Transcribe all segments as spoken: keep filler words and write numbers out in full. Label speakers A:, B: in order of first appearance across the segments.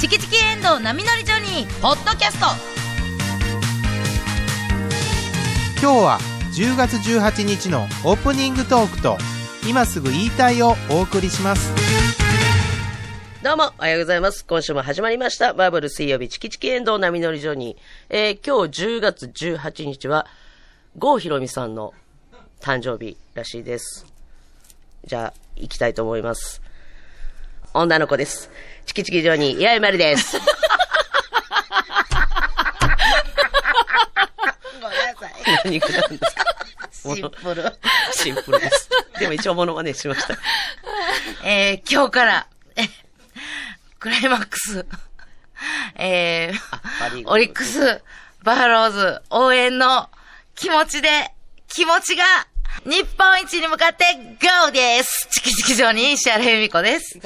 A: チキチキエンドウ波乗りジョニー」ポッドキャスト。
B: 今日はじゅうがつじゅうはちにちのオープニングトークと今すぐ言いたいをお送りします。
C: どうもおはようございます。今週も始まりましたバーブル水曜日チキチキエンドウ波乗りジョニー、えー、今日じゅうがつじゅうはちにちは郷ひろみさんの誕生日らしいです。じゃあ行きたいと思います。女の子です。チキチキジョニー八重丸です。ごめんなさい。何がなんですか。
A: シンプル
C: シンプルです。でも一応モノマネしました。
A: えー、今日からえクライマックスえー、オリックスバファローズ応援の気持ちで気持ちが日本一に向かってゴーです。チキチキジョニー石原由美子です。
D: 育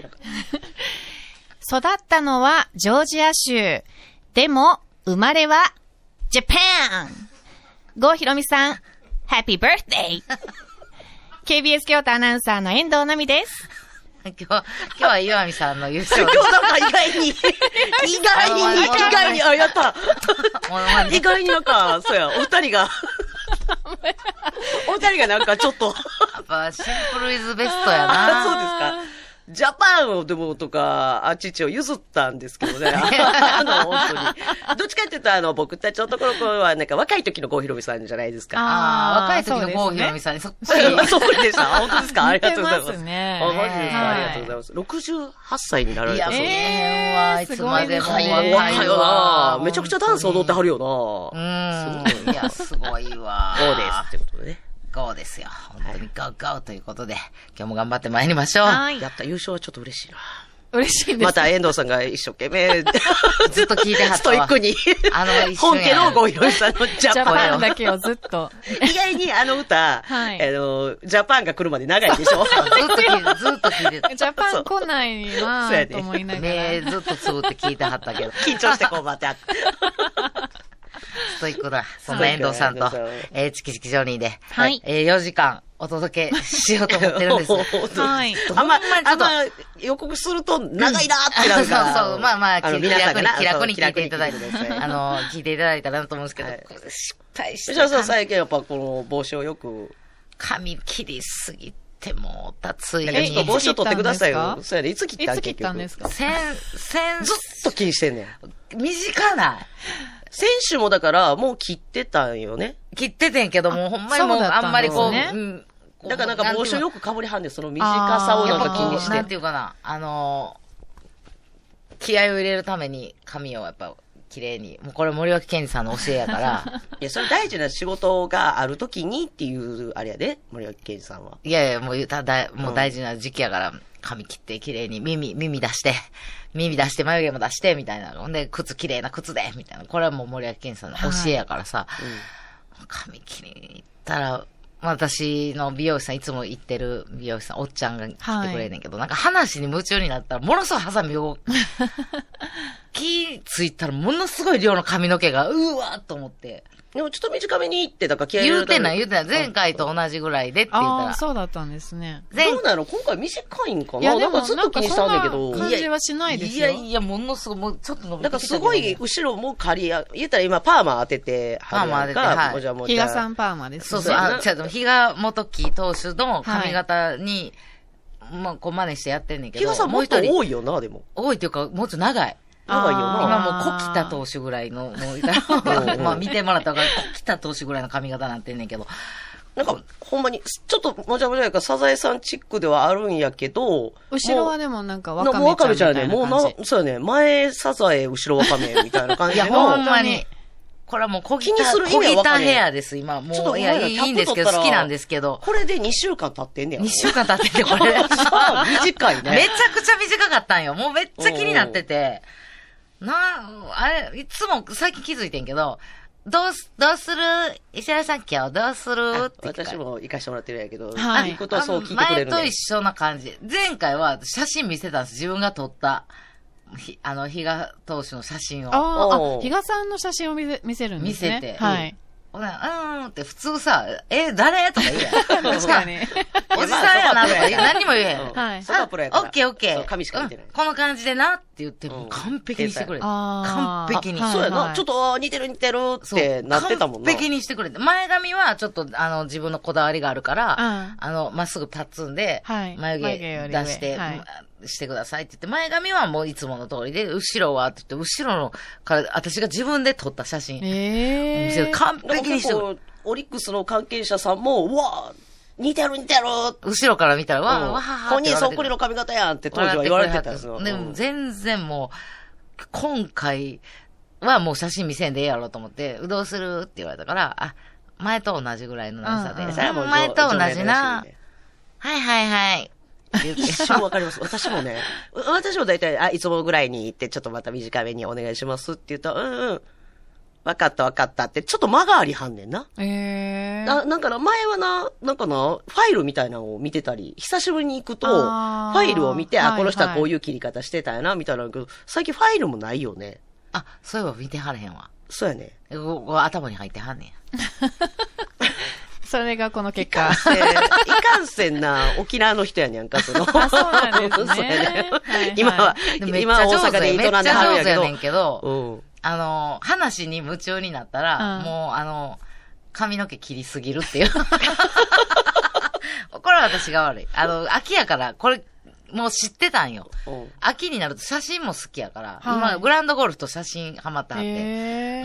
D: ったのはジョージア州。でも、生まれはジャパン。郷ひろみさん、ハッピーバースデー。ケービーエス 京都アナウンサーの遠藤奈美です。
A: 今日、今日は岩見さんの優勝。
C: 今日なんか意外に、意外に、意外に、あ、やった。意外になんか、そうや、お二人が、お二人がなんかちょっと。
A: やっぱシンプルイズベストやな。
C: そうですか。ジャパンをでもとか、あちちを譲ったんですけどね。あの、本当に。どっちかっていうと、あの、僕たちのところは、なんか若い時の郷ひろみさんじゃないですか。
A: ああ、若い時の郷ひろみさんにそっくり。
C: そっくりでした。本当ですか。ありがとうございます。
D: 似てますね。
C: あ、マジですか。ありがとうございます。ろくじゅうはっさいになられたそうです。
A: いや、その辺はいつまでも
C: 若いよな。めちゃくちゃダンス踊ってはるよな。
A: うん。いや、すごいわ。
C: そうです。ってことでね。
A: ゴーですよ。本当にゴーゴーということで、今日も頑張って参りましょう。
D: はい。
C: やった優勝はちょっと嬉しいな。
D: 嬉しいです。
C: また遠藤さんが一生懸命、
A: ずっと聞いてはったわ。
C: ストイックに、あの、本家の郷ひろみさんのジャ
D: ジャ
C: パン
D: パンだけをずっと。
C: 意外にあの歌、
D: はい
C: あの、ジャパンが来るまで長いでしょ。
A: ずっと聞いて、ずっと聞いてた。
D: ジャパン来ないなぁと思いながら。
A: 目ずっとつぶって聞いてはったけど。
C: 緊張してこう待ってあって。
A: ストイックだ。そんな遠藤さんと、えー、チキチキジョニーで、
D: はい。
A: えー、よじかんお届けしようと思ってるんです。
D: はい。
C: あんま、あんま予告すると長いなーってなんか。
A: そうそう。まあまあ、気
C: 皆さんがな
A: 楽に、気楽に聞いていただいて、
C: 気楽に聞いてください
A: あの、聞いていただいたらなと思うんですけど、失敗して。
C: そうそう、最近やっぱこの帽子をよく。
A: 髪切りすぎてもう、たつい
C: なんかちょっと帽子を取ってくださいよ。そうやね、いつ切ったん
D: いつ切ったんですか？
A: 先、先、
C: ずっと気にしてんねん。
A: 短ない。
C: 選手もだから、もう切ってたんよね。
A: 切っててんけども、ほんまにもう、あんまりこう、
D: ね、
A: うん。
C: だからなんか帽子をよく被りはんで、その短さをなんか気にして。
A: なんていうかな、あのー、気合を入れるために髪をやっぱ綺麗に、もうこれ森脇健児さんの教えやから。
C: いや、それ大事な仕事があるときにっていう、あれやで、森脇健児さんは。
A: いやいや、もうただ、もう大事な時期やから、髪切って綺麗に、耳、耳出して、耳出して、眉毛も出して、みたいな。ほんで、靴綺麗な靴で、みたいな。これはもう森脇健児さんの教えやからさ、はいうん、髪切りに行ったら、私の美容師さん、いつも行ってる美容師さん、おっちゃんが来てくれんねんけど、はい、なんか話に夢中になったら、ものすごいハサミを、気ついたらものすごい量の髪の毛が、うわーっと思って。
C: でもちょっと短めに行って、だから気合い入れる
A: 言うてない、言うてない。前回と同じぐらいでって言ったら。
D: ああ、そうだったんですね。
C: どうなの今回短いんかないや、なんかずっと気にしたんだけど。
D: 感じはしないですよ。
A: いやいや、ものすごい、もうちょっと伸びてきたけど。
C: なんかすごい、後ろも刈りや、言ったら今パーマ当てて、
A: パーマ当てて、はい。
C: じゃあもう
D: 比嘉さんパーマです、
A: ね。そうそう、あ、ちょっと比嘉元樹投手の髪型に、はい、まあ、こう真似してやってんねんけど。
C: 比嘉さんもう一人多いよな、でも。
A: 多いっていうか、もうちょっと長い。
C: 長いよな。
A: 今もう小北投手ぐらいの、もういたら、まあ見てもらったから小北投手ぐらいの髪型になってんねんけど。
C: なんか、ほんまに、ちょっともじゃもじゃやからサザエさんチックではあるんやけど、
D: 後ろはでもなんかワカメちゃんみたいな感じ。
C: もうワカメちゃんね、もうな、そうやね、前サザエ、後ろワカメみたいな感じの。
A: いや、ほんまに。これはもう小
C: 気にする意味は
A: 小北ヘアです、今。もう、ちょっといや、いいんですけど、好きなんですけど。
C: これでにしゅうかん経ってんねや。
A: にしゅうかん経ってて、これ。
C: 短いね。
A: めちゃくちゃ短かったんよ。もうめっちゃ気になってて。なあ、あれ、いつも最近気づいてんけど、どうす、どうする石原さん今日どうするって
C: 私も行かしてもらってるんやけど、
D: はい。
C: 行くとそう聞いてくれるね。
A: 前と一緒な感じ。前回は写真見せたんです。自分が撮った。ひ、あの、比嘉投手の写真を。
D: ああ、比嘉さんの写真を見せ、見せるんですね。
A: 見せて。
D: はい。
A: ほな、うーんって普通さ、え、誰とか言うやん。
D: 確かに。
A: おじさんやなとか言う。何にも言えへん。
D: はい。
C: そこはプロやから。
A: オッケーオッケー。
C: 紙しか見てない。
A: この感じでなって言っても完璧にしてくれて。完璧に。
C: そうやな。ちょっと似てる似てるってなってたもんな。
A: 完璧にしてくれて。前髪はちょっとあの自分のこだわりがあるから、あの、まっすぐパッツンで、眉毛出して、してくださいって言って、前髪はもういつもの通りで、後ろはって言って、後ろのから、私が自分で撮った写真。えー、完璧にしてくれて。
C: オリックスの関係者さんも、うわぁ、似てる似てる
A: 後ろから見たら、わぁ、わはは
C: 本人そっくりの髪型やんって当時は言われてたんですよ。
A: でも全然もう、今回はもう写真見せんでええやろと思って、どうするって言われたから、あ、前と同じぐらいの長さで。それはもう前と同じな。はいはいはい。
C: 一瞬わかります。私もね、私も大体、あ、いつもぐらいに行って、ちょっとまた短めにお願いしますって言うと、うんうん。わかったわかったって、ちょっと間がありはんねんな。
D: えー。
C: な、なんかな、前はな、なんかな、ファイルみたいなのを見てたり、久しぶりに行くと、ファイルを見て、あ、この人はこういう切り方してたやな、みたいなのけど、最近ファイルもないよね。
A: あ、そういえば見てはれへんわ。
C: そうやね。
A: ここ頭に入ってはんねん。
D: それがこの結果。
C: いかんせんな、沖縄の人やねんか、その。
D: あ、そうなんですね。
C: 今は、今は大阪で営んではるんやけど。めっちゃ上手や
A: ねんけど、あの、話に夢中になったら、もう、あの、髪の毛切りすぎるっていう。これは私が悪い。あの、秋やから、これ、もう知ってたんよ。秋になると写真も好きやから、今、グランドゴルフと写真ハマってはって、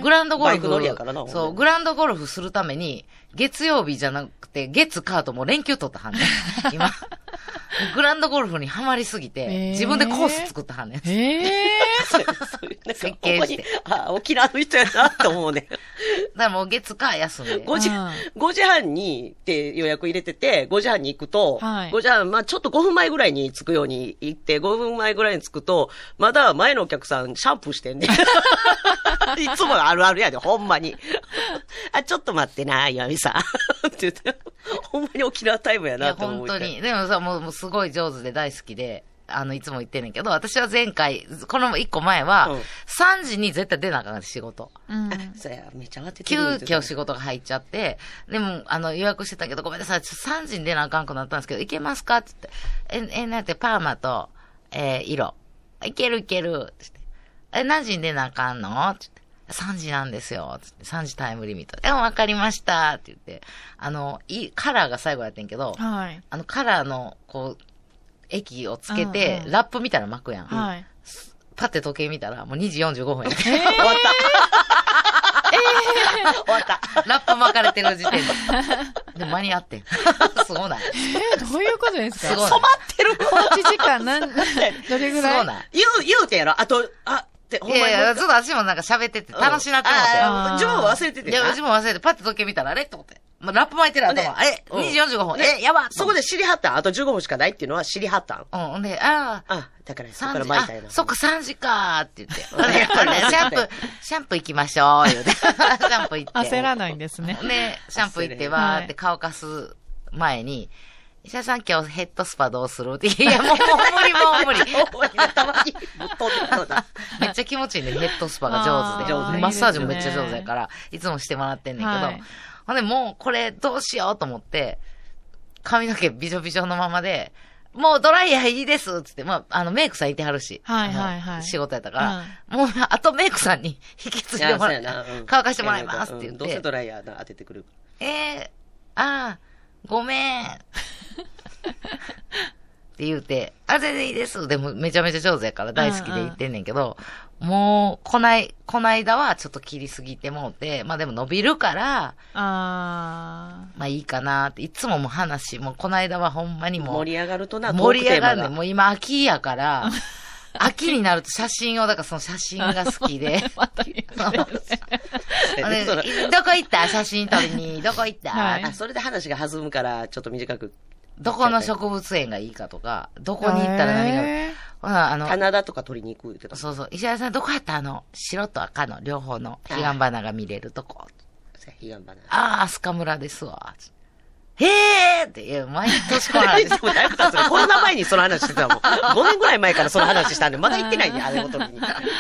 A: グランドゴルフ、そう、グランドゴルフするために、月曜日じゃなくて、月カートも連休取ったはんねん。今。グランドゴルフにハマりすぎて、自分でコース作ったはんねん。
D: ええ
A: ー、設計して。
C: あ、沖縄の人やなって思うね。
A: だからもう月か休んで。
C: ごじ、ごじはんにって予約入れてて、ごじはんに行くと、はい、ごじはん、まあちょっとごふんまえぐらいに着くように行って、ごふんまえぐらいに着くと、まだ前のお客さんシャンプーしてんね。いつもあるあるやで、ほんまに。あ、ちょっと待ってな、岩見さん。って言って、ほんまに沖縄タイムやなと思う。
A: いや、本当に。でもさ、もう、もうすごい上手で大好きで、あの、いつも言ってんねんけど、私は前回、この一個前は、うん、さんじに絶対出なあかん仕事。
C: うん。そうや、めちゃ慌てて
A: る。急遽仕事が入っちゃって、でも、あの、予約してたけど、ごめんなさい、さんじに出なあかんくなったんですけど、いけますかって言って、え、え、なんて、パーマと、えー、色。いけるいける。ってえ、何時に出なあかんのって言って。さんじなんですよ。つってさんじタイムリミット。でもわかりました。って言って。あの、い、カラーが最後やってんけど、はい。あの、カラーの、こう、液をつけて、うんうん、ラップみたいなの巻くやん。はい。パッて時計見たら、もうにじよんじゅうごふんやって。えー、終わった。えー、終わった。ラップ巻かれてる時点で。でも間に合ってん。すごない。
D: えー、どういうことですか？
C: すごい。染まってる。
D: おうち時間なん、どれぐらい？
A: すごない。
C: 言う、言うてやろ。あと、あ、
A: いやいや、ずっと私もなんか喋ってて、楽しなって思って。
C: うん、自分も忘れてて。
A: いや、自分も忘れて、パッて時計見たら、あれと思って。まあ、ラップ巻いてる頭。あれ、うん、にじよんじゅうごふん。え、やば
C: そこで知りはったんあとじゅうごふんしかないっていうのは知りはった
A: んうん。で、ああ。
C: あ、だから、そこから巻いたいな。
A: そっか、さんじかーって言って。あれ、シャンプー、シャンプー行きましょう、言うて。シャンプー行って。
D: 焦らないんですね。
A: で、シャンプー行って、わーって顔かす前に、医者さん今日ヘッドスパどうするって。いや、もう、もう無理、もう無理。めっちゃ気持ちいいね、ヘッドスパが上手で。上手。マッサージもめっちゃ上手やから、いつもしてもらってんねんけど。はい、ほんで、もうこれどうしようと思って、髪の毛ビジョビジョのままで、もうドライヤーいいですつって、まあ、あの、メイクさんいてはるし。はいはいはい。仕事やったから、うん、もう、あとメイクさんに引き継いでもらって、うん、乾かしてもらいますって言って。
C: どうせドライヤー当ててくる。
A: えー、ああ、ごめん。って言うて、あ、全然いいです。でもめちゃめちゃ上手やから大好きで言ってんねんけど、うんうん、もう、こない、こないだはちょっと切りすぎてもうて、まあでも伸びるから、あまあいいかなって、いつももう話、もうこないだはほんまにもう、
C: 盛り上がるとな、
A: 盛り上がるね。もう今秋やから、秋になると写真を、だからその写真が好きで。どこ行った写真撮りに。どこ行った、はい、
C: あ、それで話が弾むから、ちょっと短く。
A: どこの植物園がいいかとか、どこに行ったら何が、
C: あの、棚田とか取りに行くって言ってた。
A: そうそう。石原さんどこやったあの、白と赤の両方の彼岸花が見れるとこ。
C: 彼岸花。
A: ああ、飛鳥村ですわ。へーって、いや、毎年この話。
C: コロナ前にその話してたもん。ごねんぐらい前からその話したんで、まだ行ってないね、あれの時に。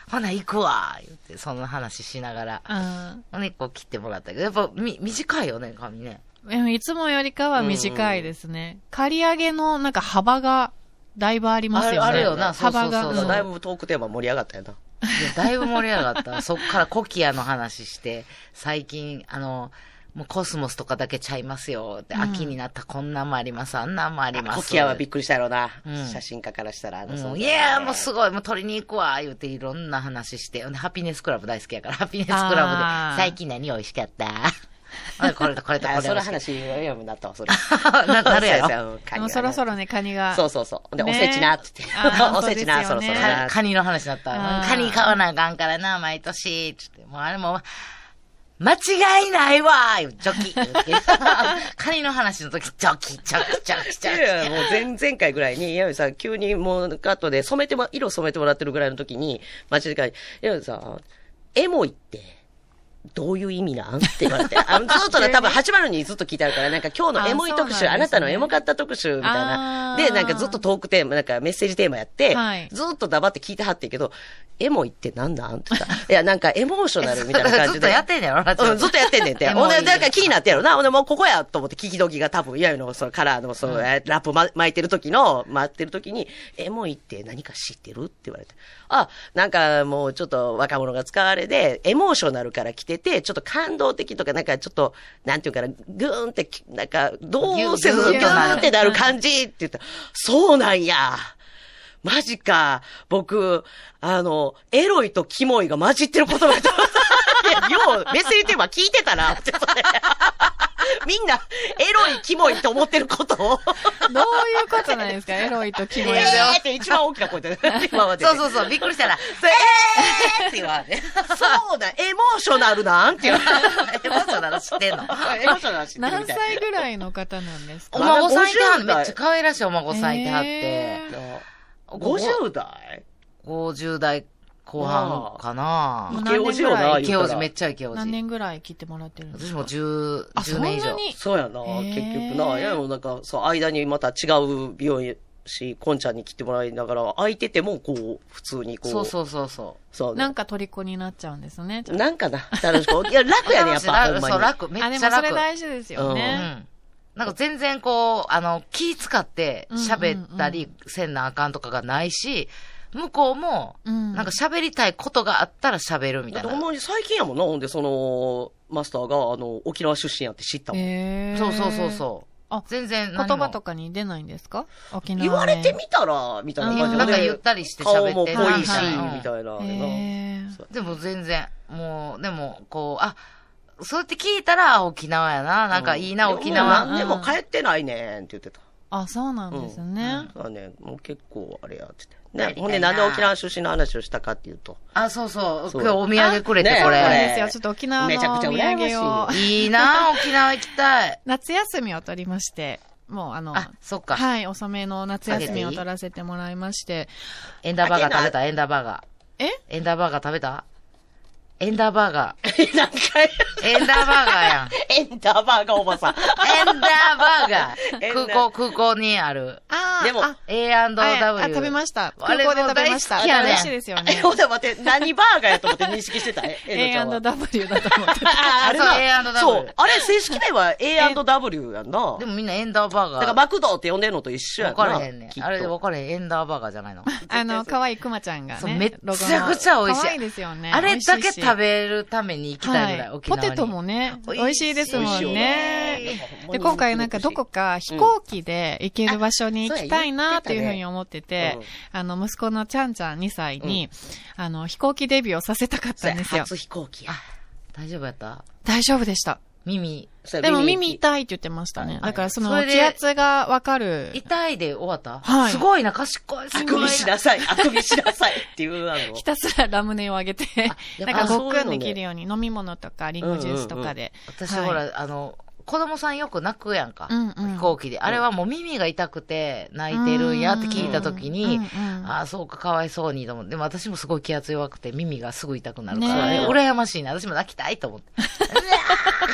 A: ほな行くわ言って、その話しながら。
D: うん。
A: ほんで、こう切ってもらったけど、やっぱみ、短いよね、髪ね。
D: でもいつもよりかは短いですね。刈り上げのなんか幅がだいぶありますよね。
A: あるよな、
D: 幅が。
A: そうそうそう、
C: だいぶトークテーマ盛り上がったよな。
A: いや、だいぶ盛り上がった。そっからコキアの話して、最近、あの、もうコスモスとかだけちゃいますよ。で、うん、秋になったこんなんもあります、あんなんもあります。
C: コキアはびっくりしたやろな。
A: うん、
C: 写真家からしたら。あの
A: うん、いやーもうすごい、もう撮りに行くわ、言うていろんな話して。ハピネスクラブ大好きやから、ハピネスクラブで、最近何美味しかったこれとこれとこれ。
C: その話読むなったわ、それ。
A: な、なるやろ。
D: でもそろそろね、カニが。
C: そうそうそう。で、おせちなって言って。おせちな、そろそろ。
A: カニの話になった。カニ買わなあかんからな、毎年。つって。もうあれも、間違いないわージョキカニの話の時、ジョキ、ジョキ、ジョキ、ジョキ。
C: いやいや、もう前、前回ぐらいに、岩見さん、急にもうカットで染めても、色染めてもらってるぐらいの時に、街で岩見さん、エモいって、どういう意味なんって言われて。あの、ずっとね、多分始まるにずっと聞いてあるから、なんか今日のエモい特集、あ,、ね、あなたのエモかった特集みたいな。で、なんかずっとトークテーマ、なんかメッセージテーマやって、はい、ずっと黙って聞いてはってんけど、エモいってなんなんって言ったら、いや、なんかエモーショナルみたいな感じで。
A: ずっとやってんねやろ、
C: うん、ずっとやってんねんって。ほんで、なんか気になってやろな。ほんで、もうここやと思って聞き時が多分、いやいの、そのカラーの、その、うん、ラップ、ま、巻いてる時の、待ってる時に、エモいって何か知ってるって言われて。あ、なんかもうちょっと若者が使われで、エモーショナルから来てて、ちょっと感動的とか、なんかちょっと、なんていうかな、ぐーんって、なんか、どうせずギューンってなる感じって言ったら、そうなんや。マジか。僕、あの、エロいとキモいが混じってることがいや、よう、メッセージテーマ聞いてたな、ってそれ。みんな、エロい、キモいって思ってることを。
D: どういうことなんですかエロいとキモいで。
C: えーって一番大きな声で、今まで。
A: そうそうそう、びっくりしたら、えーって言われて。
C: そうだ、エモーショナルなんって言われ
A: て。エモーショナル知ってんの
C: エモーショナル知ってるみたい。
D: 何歳ぐらいの方なんですか
A: お孫さんいてはんめっちゃ可愛らしいお孫さんいてはって。え
C: ー、ごじゅう代 ?
A: ごじゅう代後半かな。
C: イケオジよな、
A: イケオジ、めっちゃイケオジ。
D: 何年ぐらい切ってもらってるんですか？
A: 私もじゅう、じゅうねん以上。
C: そうやな、結局な。いや、もうなんか、そう、間にまた違う美容師、コンちゃんに切ってもらいながら、空いてても、こう、普通にこう。
A: そうそうそうそう。
C: そう、
D: ね。なんか虜になっちゃうんですね。
C: なんかな、楽しく。いや、楽やね、やっぱ。ほんまに
A: そう、楽、めっちゃ楽。
D: あ、でもそれ大事ですよね。
A: うんなんか全然こう、あの、気使って喋ったりせんなあかんとかがないし、向こうも、なんか喋りたいことがあったら喋るみたいな。
C: ほんまに最近やもんな、ほんでその、マスターが、あの、沖縄出身やって知ったもん。
A: へそうそうそうそう。あ、全然
D: 言葉とかに出ないんですか沖縄
C: 言われてみたら、みたいな感じで。
A: なんかゆったりして喋って
C: 顔も濃いし、みたいな。
A: でも全然、もう、でも、こう、あ、そうやって聞いたら沖縄やな。なんかいいな、沖縄。
C: 何年も帰ってないねんって言ってた。
D: あ、そうなんですね。
C: そうね、もう結構あれやってて。ね、ほんでなんで沖縄出身の話をしたかっていうと。
A: あ、そうそう。今日お土産くれてこれ。
D: そうですよ。ちょっと沖縄のお土産を。
C: めちゃくちゃ羨まし
A: い。いいな、沖縄行きたい。
D: 夏休みを取りまして。もうあの、
A: あ、そっか。
D: はい、遅めの夏休みを取らせてもらいまして。
A: エンダーバーガー食べたエンダーバーガ
D: ー。え
A: エンダーバーガー食べたエンダーバーガ
C: ー。何回
A: エンダーバーガーやん。
C: エンダーバーガーおばさん。
A: エンダーバーガー。空港、空港にある。
D: ああ。
C: でも、
A: エーアンドダブリュー。
D: あ、食べました。空港で食べました。
A: あれ
D: 美味しいですよね。
C: え、ほんで待って、何バーガーやと思って認識してたエ
D: ーアンドダブリュー だと思ってた。
C: あ、あれ
A: な。エーアンドダブリュー。
C: そう。あれ、正式名は エーアンドダブリュー やんな。
A: でもみんなエンダーバーガー。
C: だからマクドって呼んでるのと一緒やんな。
A: 分かれへんねん。あれで分かれへん。エンダーバーガーじゃないの。
D: あの、可愛いクマちゃんがね。
A: めっちゃくちゃ美味しい。
D: 可愛いですよね。
A: あれだけ食べるために行きたいぐらい、沖縄に。
D: ポテトもね、美味しいですもんね。で、今回なんかどこか飛行機で行ける場所に行きたいなっていうふうに思ってて、あの、息子のちゃんちゃんにさいに、あの、飛行機デビューをさせたかったんですよ。
C: 初飛行機や。
A: 大丈夫やった
D: 大丈夫でした。
A: 耳。
D: でも耳痛いって言ってましたね。だからその気圧がわかる。
A: 痛いで終わった？
D: はい。
A: すごいな、賢い。
C: あくびしなさい、あくびしなさいっていうあの。
D: ひたすらラムネをあげて、なんかごっくんできるように飲み物とかリンゴジュースとかで。
A: 私ほら、あの、子供さんよく泣くやんか。うんうん、飛行機で。あれはもう耳が痛くて泣いてるんやって聞いたときに、うんうん、ああ、そうか、かわいそうにと思って。でも私もすごい気圧弱くて耳がすぐ痛くなるから、ね、羨ましいな。私も泣きたいと思って。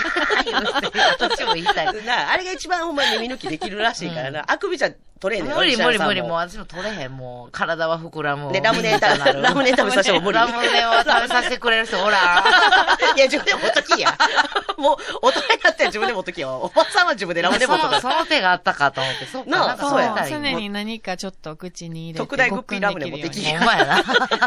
A: 言うて、私も言いたい。
C: な、あれが一番ほんまに耳抜きできるらしいからな。あくびじゃ取れへんねん。
A: 無理無理無理、もう
C: も
A: 私も取れへん、もう体は膨らむ。
C: で、ラムネ食べ、ラムネ食べさせても無理。
A: ラムネを食べさせてくれる人おらん。
C: いや、自分で持っときや。もう、大人になったら自分で持っときや。おばさんは自分でラムネ持っとか
A: その、その手があったかと思って、そうか、
C: なあ
A: なんか
C: そうや
A: やったらいい
D: 常に何かちょっと口に入れて。
C: 特大グッピーラムネ持ってき
A: ほんまやな。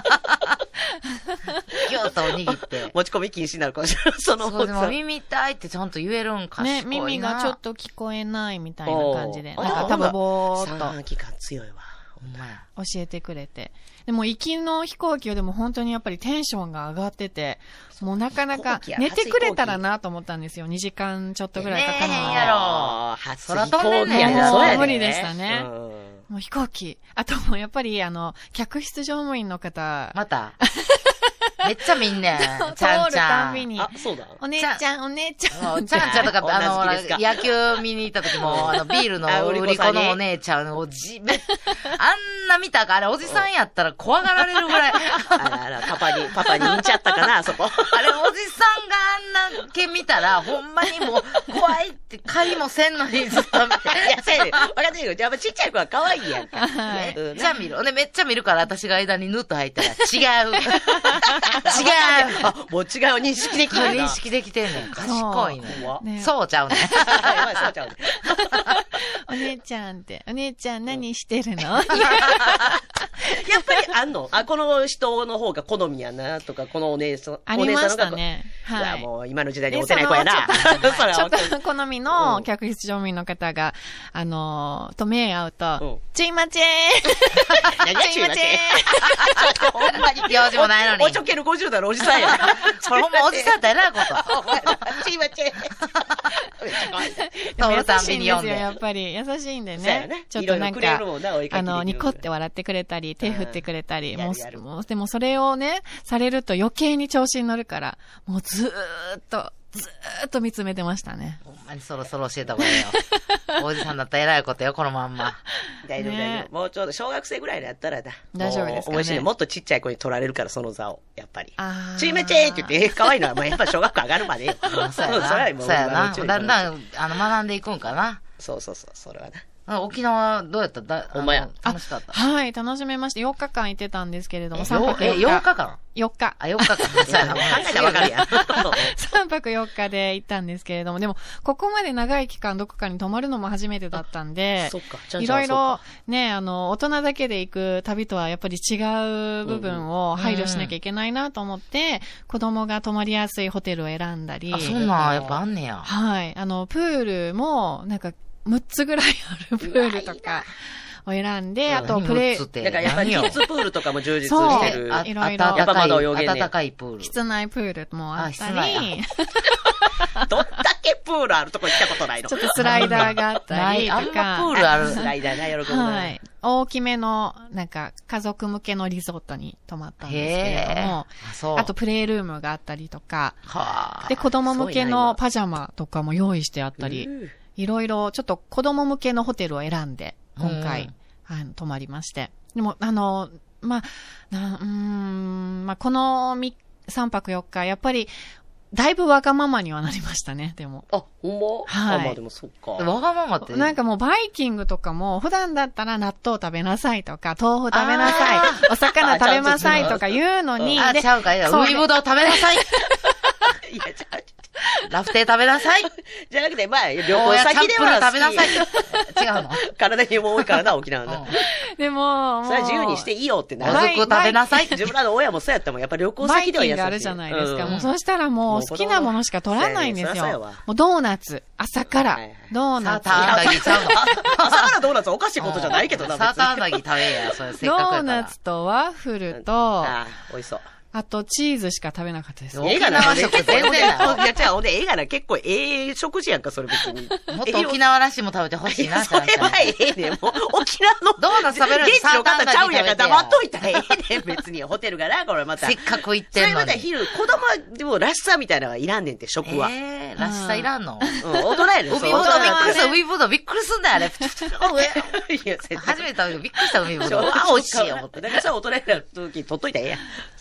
A: ギューッと握って。
C: 持ち込み禁止になるかもしれない。その
A: そう、でも耳痛いってちゃんと言えるんかしら。
D: ね、耳がちょっと聞こえないみたいな感じで。
C: おー
D: なんか多分ぼーっと
C: 三半規管強いわ。
A: ほんまや。
D: 教えてくれて。でも行きの飛行機はでも本当にやっぱりテンションが上がってて、もうなかなか
C: 飛行機や
D: 寝てくれたらなと思ったんですよ。にじかんちょっとぐらいかかるので。
A: ねえやろ
C: あー初
A: 空飛んでんねん
C: 飛行機や
D: もう
C: そうやね
D: 無理でしたね
C: うん
D: もう飛行機。あともうやっぱりあの、客室乗務員の方、
A: また。めっちゃ見んねん。ちゃん
D: 通る
A: ちゃん。
D: たんびに
C: あ、そうだ。
D: お姉ちゃん、お姉ちゃん。
A: もうちゃんちゃんとかって、あの、
C: 女好きですか
A: 野球見に行った時も、あの、ビールの
C: あ
A: 売り子のお姉ちゃんをじ、めあんな見たか、あれ、おじさんやったら怖がられるぐらい。
C: あらあら、パパに、パパに言っちゃったかな、あそこ。
A: あれ、おじさんがあんな毛見たら、ほんまにもう、怖いって、狩りもせんのにずっと見て。
C: いや、そうやねん。分かってるよ。やっぱちっちゃい子は可愛いやんか。
D: はい
C: うん
A: めっちゃ見る。ね、めっちゃ見るから、私が間にヌッと入ったら、違う。違う。
C: あ、もう違う認識できるな。
A: 認識できてんねん。賢いね
C: 怖っ
A: ん。
D: ね
A: そうちゃうねん。
C: やばい、そうちゃうね。
D: お姉ちゃんって、お姉ちゃん何してるの
C: やっぱりあんのあ、この人の方が好みやな、とか、このお姉さん。
D: ありまし
C: お姉さんのが
D: たね。
C: いや、
D: はい。
C: もう今の時代に
D: で
C: モテない子やな。それは
D: ちょっ
C: わかる
D: と好みの客室乗務員の方が、あのー、と目合う
C: うん
D: と、ちいまちぇ
C: 何が中学
D: ーちいまち
C: 生ほんまに。
A: 用事もないのに
C: おちょけるごじゅう代のおじさんや。
A: それほんまおじさんって偉いこと。
C: お前らちいまちめっちゃ可愛い。
D: でも優
A: 通るたん
D: しいんですよ、
A: びに読んで。
D: やっぱり。優しいんで
C: そうやね
D: ね。ちょっとなん
C: いろいろくれ
D: か
C: るもんな追い、かけ
D: あの、
C: てくる
D: ニコって笑ってくれたり、手振ってくれたり、も
C: うんやるやる
D: う、もうでもそれをね、されると余計に調子に乗るから、もうずーっと、ずーっと見つめてましたね。
A: ほんまにそろそろ教えた方がいいよ。おじさんだったら偉いことよ、このまんま。
C: 大丈夫、
D: ね
C: 大丈夫。もうちょうど小学生ぐらいになったらだ。
D: 大丈夫ですかね
C: もう面白い。もっとちっちゃい子に取られるから、その座を。やっぱり。
D: あー
C: ちいめちーって言って、え可愛いのは、もうやっぱ小学校上がるまでよ。
A: そうや
C: うんそれは
A: な。
C: もう
A: そうやな。
C: うち
A: だんだん、あの、学んでいくんかな。
C: そうそうそう、それはな。
A: 沖縄どうやっただ
C: ほんまや
A: あの楽しかった。
D: はい、楽しめました。よっかかん行ってたんですけれども、
A: え
D: さんぱく
A: え、
D: よっ
A: よっ
D: か。
A: かか
D: よっか。
A: あ、よっかか。そうやな。
C: 考えたらわかるやん。
D: さんぱくよっかで行ったんですけれども、でも、ここまで長い期間どこかに泊まるのも初めてだったんで
C: そっかちゃん
D: い
C: ちゃんそう
D: ろいろ
C: か、
D: ね、あの、大人だけで行く旅とはやっぱり違う部分を配慮しなきゃいけないなと思って、子供が泊まりやすいホテルを選んだり、
A: あ、そんなんやっぱあんねや。
D: はい、あの、プールも、なんか、むっつぐらいあるプールとかを選んで、あと、プレイ
A: 何むっつっ、て
C: だからやっぱりキ
A: 何よ
C: ッズプールとかも充実
D: そう
C: してる。
A: あ
D: いろいろ
A: 暖かい
C: やっぱまだ泳げんね
A: 暖かいプール。
D: 室内プールもあった
A: あ室内
D: り、
C: どんだけプールあるとこ行ったことないの。
D: ちょっとスライダーがあったり
A: ないあんま
D: とか、
A: プールある
C: スライダーな、喜ぶな。
D: はい。大きめの、なんか、家族向けのリゾートに泊まったんですけれども、
A: あ、そう。
D: あと、プレイルームがあったりとか、
A: はあ。
D: で、子供向け
C: すごいな今
D: のパジャマとかも用意してあったり、
C: うん
D: いろいろ、ちょっと子供向けのホテルを選んで、今回、あの、泊まりまして。でも、あの、まあ、なうーん、まあ、このみさんぱくよっか、やっぱり、だいぶわがままにはなりましたね、でも。
C: あ、ほんま
D: はい
C: あ、まあでもそっか。
A: わがままって。
D: なんかもうバイキングとかも、普段だったら納豆食べなさいとか、豆腐食べなさい、お魚食べなさいとか言うのに、
A: あ、
D: で
A: ちゃうかいや。
D: そう
A: 海ぶどう食べなさい。
C: いや、じゃあ、
A: ラフテー食べなさい。
C: じゃなくて、まあ、旅
A: ゴー
C: 行
A: ヤチャンプル
C: 先では
A: 食べなさい。
C: 好
A: 違うの
C: き体にも多いからな、沖縄の。
D: でも、もう
C: それは自由にしていいよってな
A: もず
C: る。
A: く食べなさい。
C: 自分らの親もそうやったもん。やっぱ旅行
D: バイ
C: 先では優しい。
D: キングあるじゃないですか。
C: うん
D: もうそうしたらもう好きなものしか取らないんですよ
C: そうやねそりゃそうやわ。
D: もうドーナツ、朝から
C: はいはい、
D: ドーナツ。
A: サーターアンダギーちゃうの。
C: 朝からドーナツはおかしいことじゃないけどな、
A: サーターアン
C: 別
A: ダギー食べや、それせっ
D: ド
A: かくやから。
D: ーナツとワッフルと、
C: ああ、美味しそう。
D: あとチーズしか食べなかったです。
A: 沖縄食全然ない
C: いや、じゃあ、ほんで、ええがな、結構ええ食事やんか、それ別に。
A: もっと沖縄らしいも食べてほしいな、
C: それはええねん。もう、沖縄の。
A: ドーナツ食べるより
C: 現地の方ちゃうんやから黙っといたらえ
A: サ
C: えねん、別に。ホテルがな、これまた。
A: せっかく行っ
C: それ
A: てんのに。
C: また昼、子供は、でも、らしさみたいなのはいらんねんって、食は。
A: ええ、らしさいらんの。
C: うん、大人やねん、
A: 海ぶどうびっくりした、海ぶどうびっくりすんだよ、あれ。
C: いや、絶対
A: 初めて食べてびっくりした、海ぶどう。
C: そう
A: あ、美味しいよ、思って。
C: だからさ、大人になる時取っといたらええやん。そうな、美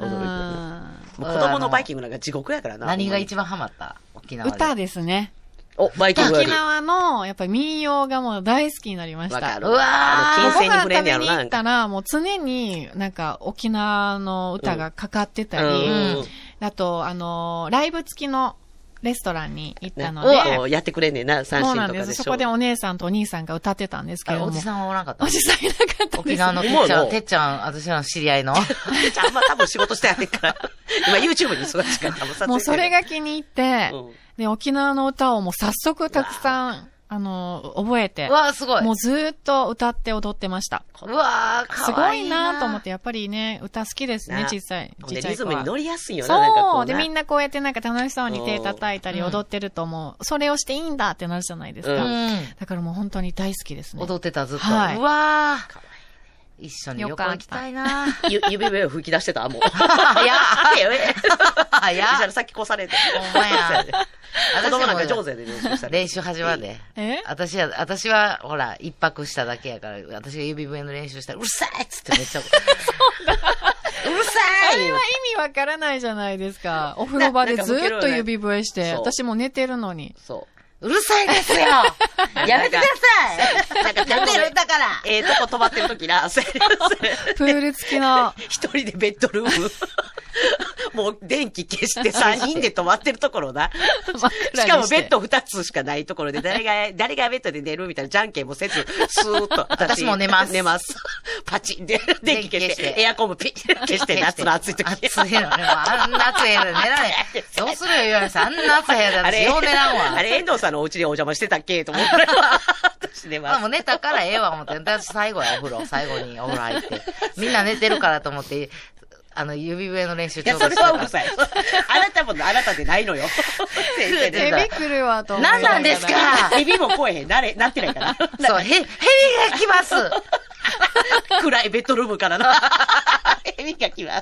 C: 驚いてる。もう子供のバイキングなんか地獄やからな。
A: 何が一番ハマった沖縄で。
D: 歌ですね。
C: お、バイキング
D: 沖縄の、やっぱり民謡がもう大好きになりました。
C: わかる。
A: うわー
C: あの、金銭に触れんねやろな。
D: ご飯食べに行ったら、もう常になんか沖縄の歌がかかってたり、
C: うん
D: あと、あの、ライブ付きのレストランに行ったの
C: ね、
D: で、
C: おやってくれんねんな、三振とかでしょ。
D: そうなんです。そこでお姉さんとお兄さんが歌ってたんですけれども。
A: おじさんはおらんかった
D: おじさんいなかったです。
A: 沖縄のてっちゃん、てっちゃん、私らの知り合いの。
C: てっちゃん、あんま多分仕事してやねんから。今 YouTube に忙しかったもん、撮影。
D: もうそれが気に入って、
C: うん
D: で、沖縄の歌をもう早速たくさん、あの、覚えて。
A: うわーすごい。
D: もうずーっと歌って踊ってました。
A: うわー、
D: す
A: かわいいな。
D: ごいなと思って、やっぱりね、歌好きですね、小さい。
C: ほんで
D: 小さい子は。
C: リズムに乗りやすいよな、なんかこ
D: そうう。
C: な。
D: で、みんなこうやってなんか楽しそうに手叩いたり
A: うん
D: 踊ってるともう、それをしていいんだってなるじゃないですか。
C: う
A: うん。
D: だからもう本当に大好きですね。
A: 踊ってた、ずっと。
D: はいう
A: わー。一緒に旅行行きたいな。
C: ゆ指笛を吹き出してた、もう。
A: 早っ
C: やべえ。
A: 早っ
C: そしたらさっき越されて。
A: ほんまや。
C: 子供なんか上手で練習したら。
A: 練習始まるで。
D: え
A: 私は、私は、ほら、一泊しただけやから、私が指笛の練習したら、うるさいっつってめっちゃ。うるさい
D: あれは意味わからないじゃないですか。お風呂場でずっと指笛して、
C: そう
D: 私も寝てるのに。
C: そう。
A: うるさいですよやめてください
C: なんか、
A: やってるんだから
C: ええとこ止まってる時な、それ
D: プール付きの。
C: 一人でベッドルーム。もう電気消してさんにんで泊まってるところな。しかもベッドふたつしかないところで、誰が、誰がベッドで寝るみたいな、じゃんけんもせず、スーッと。
A: 私も寝ます
C: 寝ます。パチンで、電気消して、エアコンもピッ消して、夏の暑い時。
A: 暑いのね。あんな暑い部屋で寝られん。どうするよ、岩見さん。あんな暑い部屋で
C: あれ、
A: 私よう寝らんわ。
C: あれ、遠藤さんのお家でお邪魔してたっけと思って。私寝ます。
A: まあもう寝たからええわ思って。私最後やお風呂。最後にお風呂入って。みんな寝てるからと思って、あの、指笛の練習
C: いや、
A: ちょうど
C: それはうるさい。あなたもあなたでないのよ。
D: エビ来るわと思い
A: 何なんですか
C: エビも来えへん。なれ、なってないから。
A: そう、へ、ヘビが来ます
C: 暗いベッドルームからな。エビが来ます。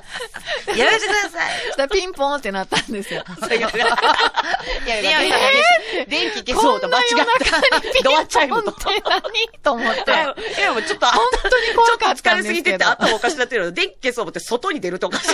A: やめてください
D: そしたらピンポンってなったんですよ。
C: いやいや、電気消そうと間違った。ドアチャイムと。
D: 本当に何と思って。
C: いや、もうちょっと、
D: 本当に怖かったんですけど
C: ちょっと疲れすぎてて、頭おかしなってるの。電気消そう思って外に出るとおかしい。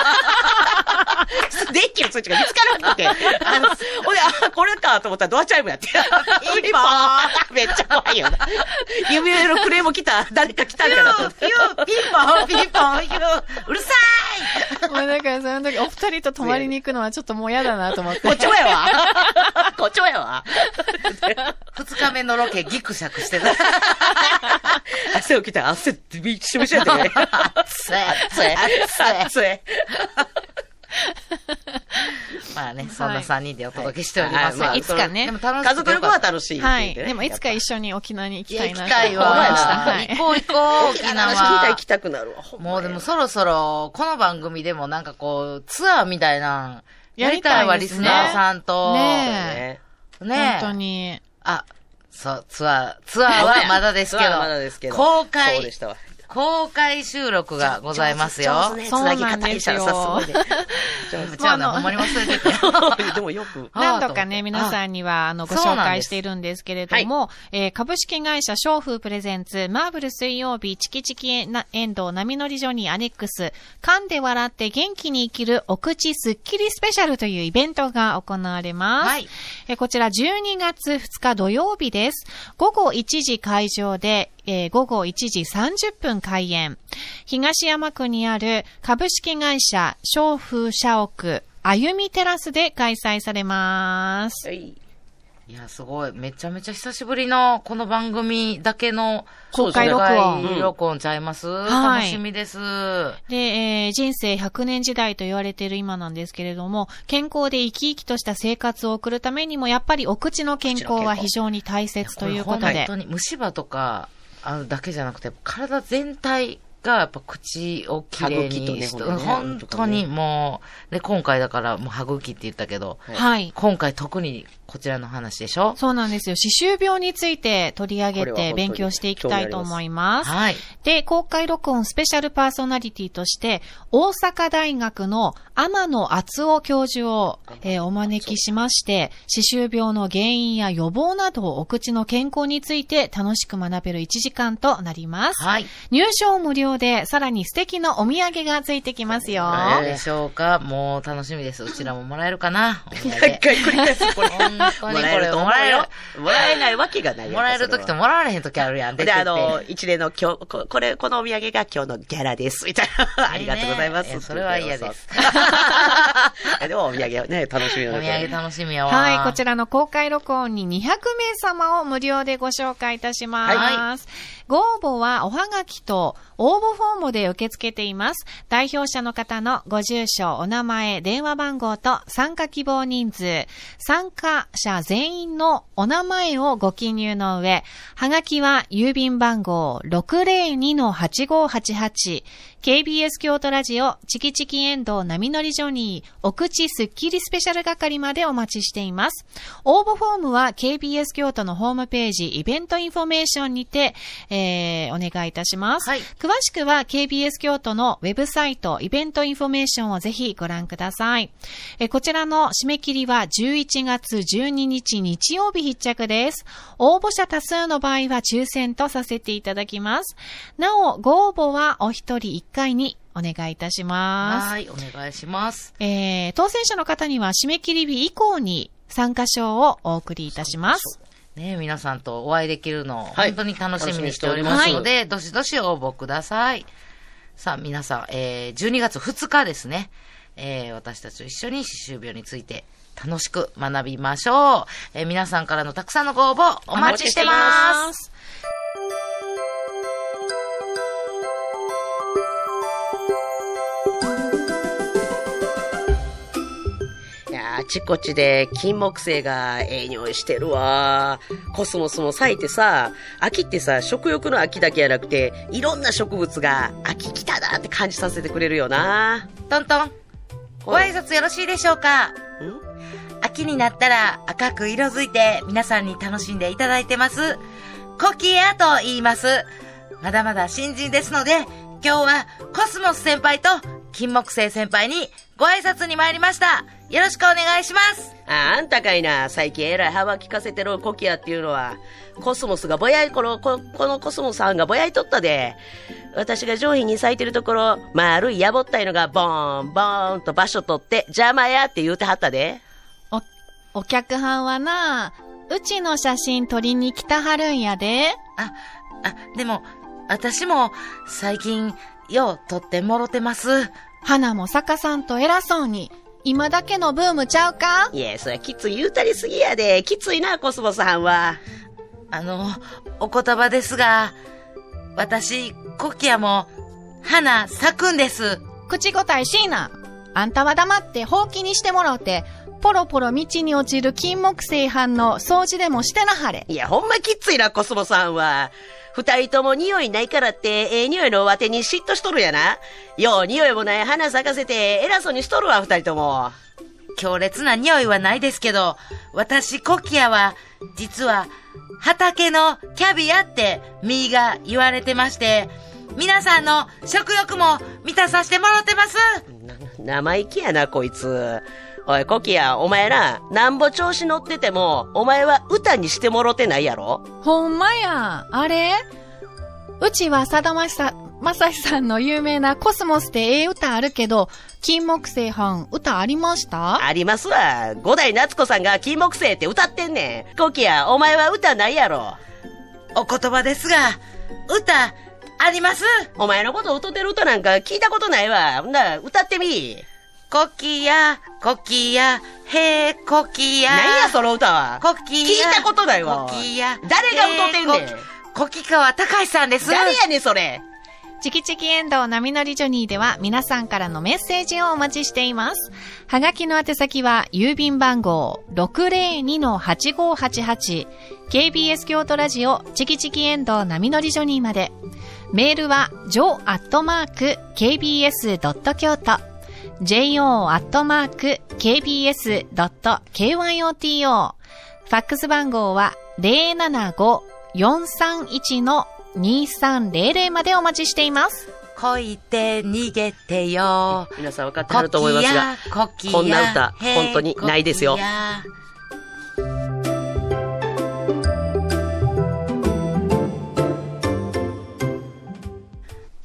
C: 電気のスイッチが見つからなくて。あの、ほんで、あ、これかと思ったらドアチャイムやって。ピンポーンめっちゃ怖いよな。指輪のクレーム来た。誰か来たんかなと思って。
A: ピュー、ピンポン、ピンポン、ピュー、うるさ
D: もうだからその時お二人と泊まりに行くのはちょっともう嫌だなと思って。
C: こっちもやわ。こっちもやわ。
A: い二日目のロケギクシャクしてた。
C: 汗を着たら汗ってびっしょびしょやったね。
A: 熱い、熱い、熱い。
C: 熱い。
A: まあね、そんな三人でお届けしております。
C: はいはいまあ
D: いつかね
A: でも楽しく
C: 家族旅行は楽しいって
D: はい。
C: 言ってね。
D: でもいつか一緒に沖縄に行きたいな
A: 行きたい
D: と思いました。
A: わ。
D: はい。
A: 行こう行こう、沖
C: 沖縄の話聞いたら
A: 縄
C: 行き。たくなるわ。ほんま
A: もうでもそろそろ、この番組でもなんかこう、ツアーみたいな、や
D: やりた
A: りたいわ、リ
D: いですね
A: スナーさんと。
D: ね
C: ね。
A: ね
D: 本当に。
A: あ、そう、ツアー、ツアーはまだですけど、
C: ツアーはまだですけど
A: 公
C: そう
A: 開
C: で、したわ。
A: 公開収録がございますよ。
C: 上手ね、つ
D: そう
C: な
D: なんですよ
C: ぎ方いいじゃん、さすごいね。
A: じゃあね、
D: まああの
A: ほんまに忘れてて。
C: でもよく。
D: 何度かね、皆さんには、あの、ご紹介しているんですけれども、えー株式会社商風プレゼンツ、マーブル水曜日、チキチキなエンドウ波乗りジョニーアネックス、噛んで笑って元気に生きるお口スッキリスペシャルというイベントが行われます。
A: はい
D: えーこちらじゅうにがつふつか土曜日です。午後いちじ会場で、えー午後いちじさんじゅっぷん開演。東山区にある株式会社商風社屋歩みテラスで開催されます。
C: はい。
A: いや、すごい。めちゃめちゃ久しぶりの、この番組だけの
D: 公開録音
A: 公開録音ちゃいます、
D: はい
A: 楽しみです。
D: で、えー人生ひゃくねん時代と言われている今なんですけれども、健康で生き生きとした生活を送るためにも、やっぱりお口の健康は非常に大切ということで
A: 本当。に虫歯とか、あのだけじゃなくて、体全体がやっぱ口をきれいにして、
C: 歯茎とね
A: 本当にもう、で、今回だからもう歯茎って言ったけど、
D: はい。
A: 今回特にこちらの話でしょ
D: そうなんですよ。歯周病について取り上げ
C: これは本当に
D: て勉強していきたいと思います。
A: はい。
D: で、公開録音スペシャルパーソナリティとして、大阪大学の天野敦夫教授を、えーお招きしまして、歯周病の原因や予防などお口の健康について楽しく学べるいちじかんとなります。
A: はい。
D: 入場無料料で、さらに素敵なお土産がついてきますよ。
A: どうでしょうか。もう楽しみです。うちらももらえるかな。お土産
C: 何回繰り返すこれ。
A: 本当にこれも
C: もらえる
A: らえる。
C: もらえないわけがないやん
A: もらえる時ともらわれへん時あるやん。
C: で、あの、一連の今日、ここれ、このお土産が今日のギャラです。みたいな。ありがとうございます。
A: ねえそれは嫌です。
C: でもお土産はね、楽しみな
A: お土産楽しみやわ。
D: はい、こちらの公開録音ににひゃくめい様を無料でご紹介いたします。はい、ご応募はおはがきと応募フォームで受け付けています。代表者の方のご住所、お名前、電話番号と参加希望人数、参加者全員のお名前をご記入の上、はがきは郵便番号 ろくぜろにのはちごはちはち、ケービーエス 京都ラジオチキチキエンドウ波乗りジョニーお口スッキリスペシャル係までお待ちしています。応募フォームは ケービーエス 京都のホームページイベントインフォメーションにて、えー、お願いいたします。はい、詳しくは ケービーエス 京都のウェブサイトイベントインフォメーションをぜひご覧ください。えー、こちらの締め切りはじゅういちがつじゅうににち日曜日必着です。応募者多数の場合は抽選とさせていただきます。なお、ご応募はお一人一回にお願いいたします。
A: はい、お願いします。
D: えー、当選者の方には締め切り日以降に参加賞をお送りいたします。
A: ね、皆さんとお会いできるのを本当に楽しみにしておりますので、はい、どしどし応募ください。さあ、皆さん、えー、じゅうにがつふつかですね、えー、私たちと一緒に歯周病について楽しく学びましょう。えー、皆さんからのたくさんのご応募お待ちしてます。
C: あちこちで金木犀がええ匂いしてるわ。コスモスも咲いてさ、秋ってさ、食欲の秋だけじゃなくて、いろんな植物が秋来たなって感じさせてくれるよな。
A: トントン、ご挨拶よろしいでしょうか。ん秋になったら赤く色づいて皆さんに楽しんでいただいてます。コキアと言います。まだまだ新人ですので、今日はコスモス先輩と金木犀先輩にご挨拶に参りました。よろしくお願いします。
C: あ、あんたかいな。最近えらい幅利かせてるコキアっていうのは、コスモスがぼやい、この、ここのコスモスさんがぼやいとったで。私が上品に咲いてるところ、丸いやぼったいのがボーン、ボーンと場所取って邪魔やって言うてはったで。
D: お、お客はんはな、うちの写真撮りに来たはるんやで。
A: あ、あ、でも、私も最近、よう撮ってもろてます。
D: 花も咲かさんと偉そうに。今だけのブームちゃうか？
C: いや、そりゃきつい言うたりすぎやで。きついな、コスモスさんは。
A: あの、お言葉ですが、私、コキアも、花咲くんです。
D: 口答えしいな。あんたは黙ってほうきにしてもらうて、ポロポロ道に落ちる金木犀斑の掃除でもしてなはれ。
C: いや、ほんまきついな、コスモさんは。二人とも匂いないからって、ええ匂いのわてに嫉妬しとるやな。よう匂いもない花咲かせて、偉そうにしとるわ、二人とも。
A: 強烈な匂いはないですけど、私、コキアは、実は、畑のキャビアってミーが言われてまして、皆さんの食欲も満たさせてもらってます。
C: 生意気やな、こいつ。おい、コキア、お前な、なんぼ調子乗ってても、お前は歌にしてもろてないやろ？
D: ほんまや。あれ？うちはさだまさ、まさしさんの有名なコスモスでええ歌あるけど、金木犀藩歌ありました？
C: ありますわ。五代夏子さんが金木犀って歌ってんねん。コキア、お前は歌ないやろ？
A: お言葉ですが、歌、あります。
C: お前のこと歌ってる歌なんか聞いたことないわ。ほんなら歌ってみ。
A: コキア、コキア、へーコキア。
C: 何やその歌は。
A: コキア。
C: 聞いたことないわ。
A: コキア。
C: 誰が歌ってんねん。
A: コキカワタカシさんです。
C: 誰やねんそれ。
D: チキチキエンドウ波乗りジョニーでは皆さんからのメッセージをお待ちしています。はがきの宛先は郵便番号 ろくぜろにのはちごはちはち ケービーエス 京都ラジオチキチキエンドウ波乗りジョニーまで。メールは ジョー アットマーク ケービーエス ドット 京都ジェイオー アットマーク ケービーエス ドット ケーワイオーティーオー ファックス番号は ゼロななご よんさんいち のにさんゼロゼロまでお待ちしています。
A: 恋て逃げてよ。
C: 皆さん分かってはると思いますが、こんな歌本当にないですよ。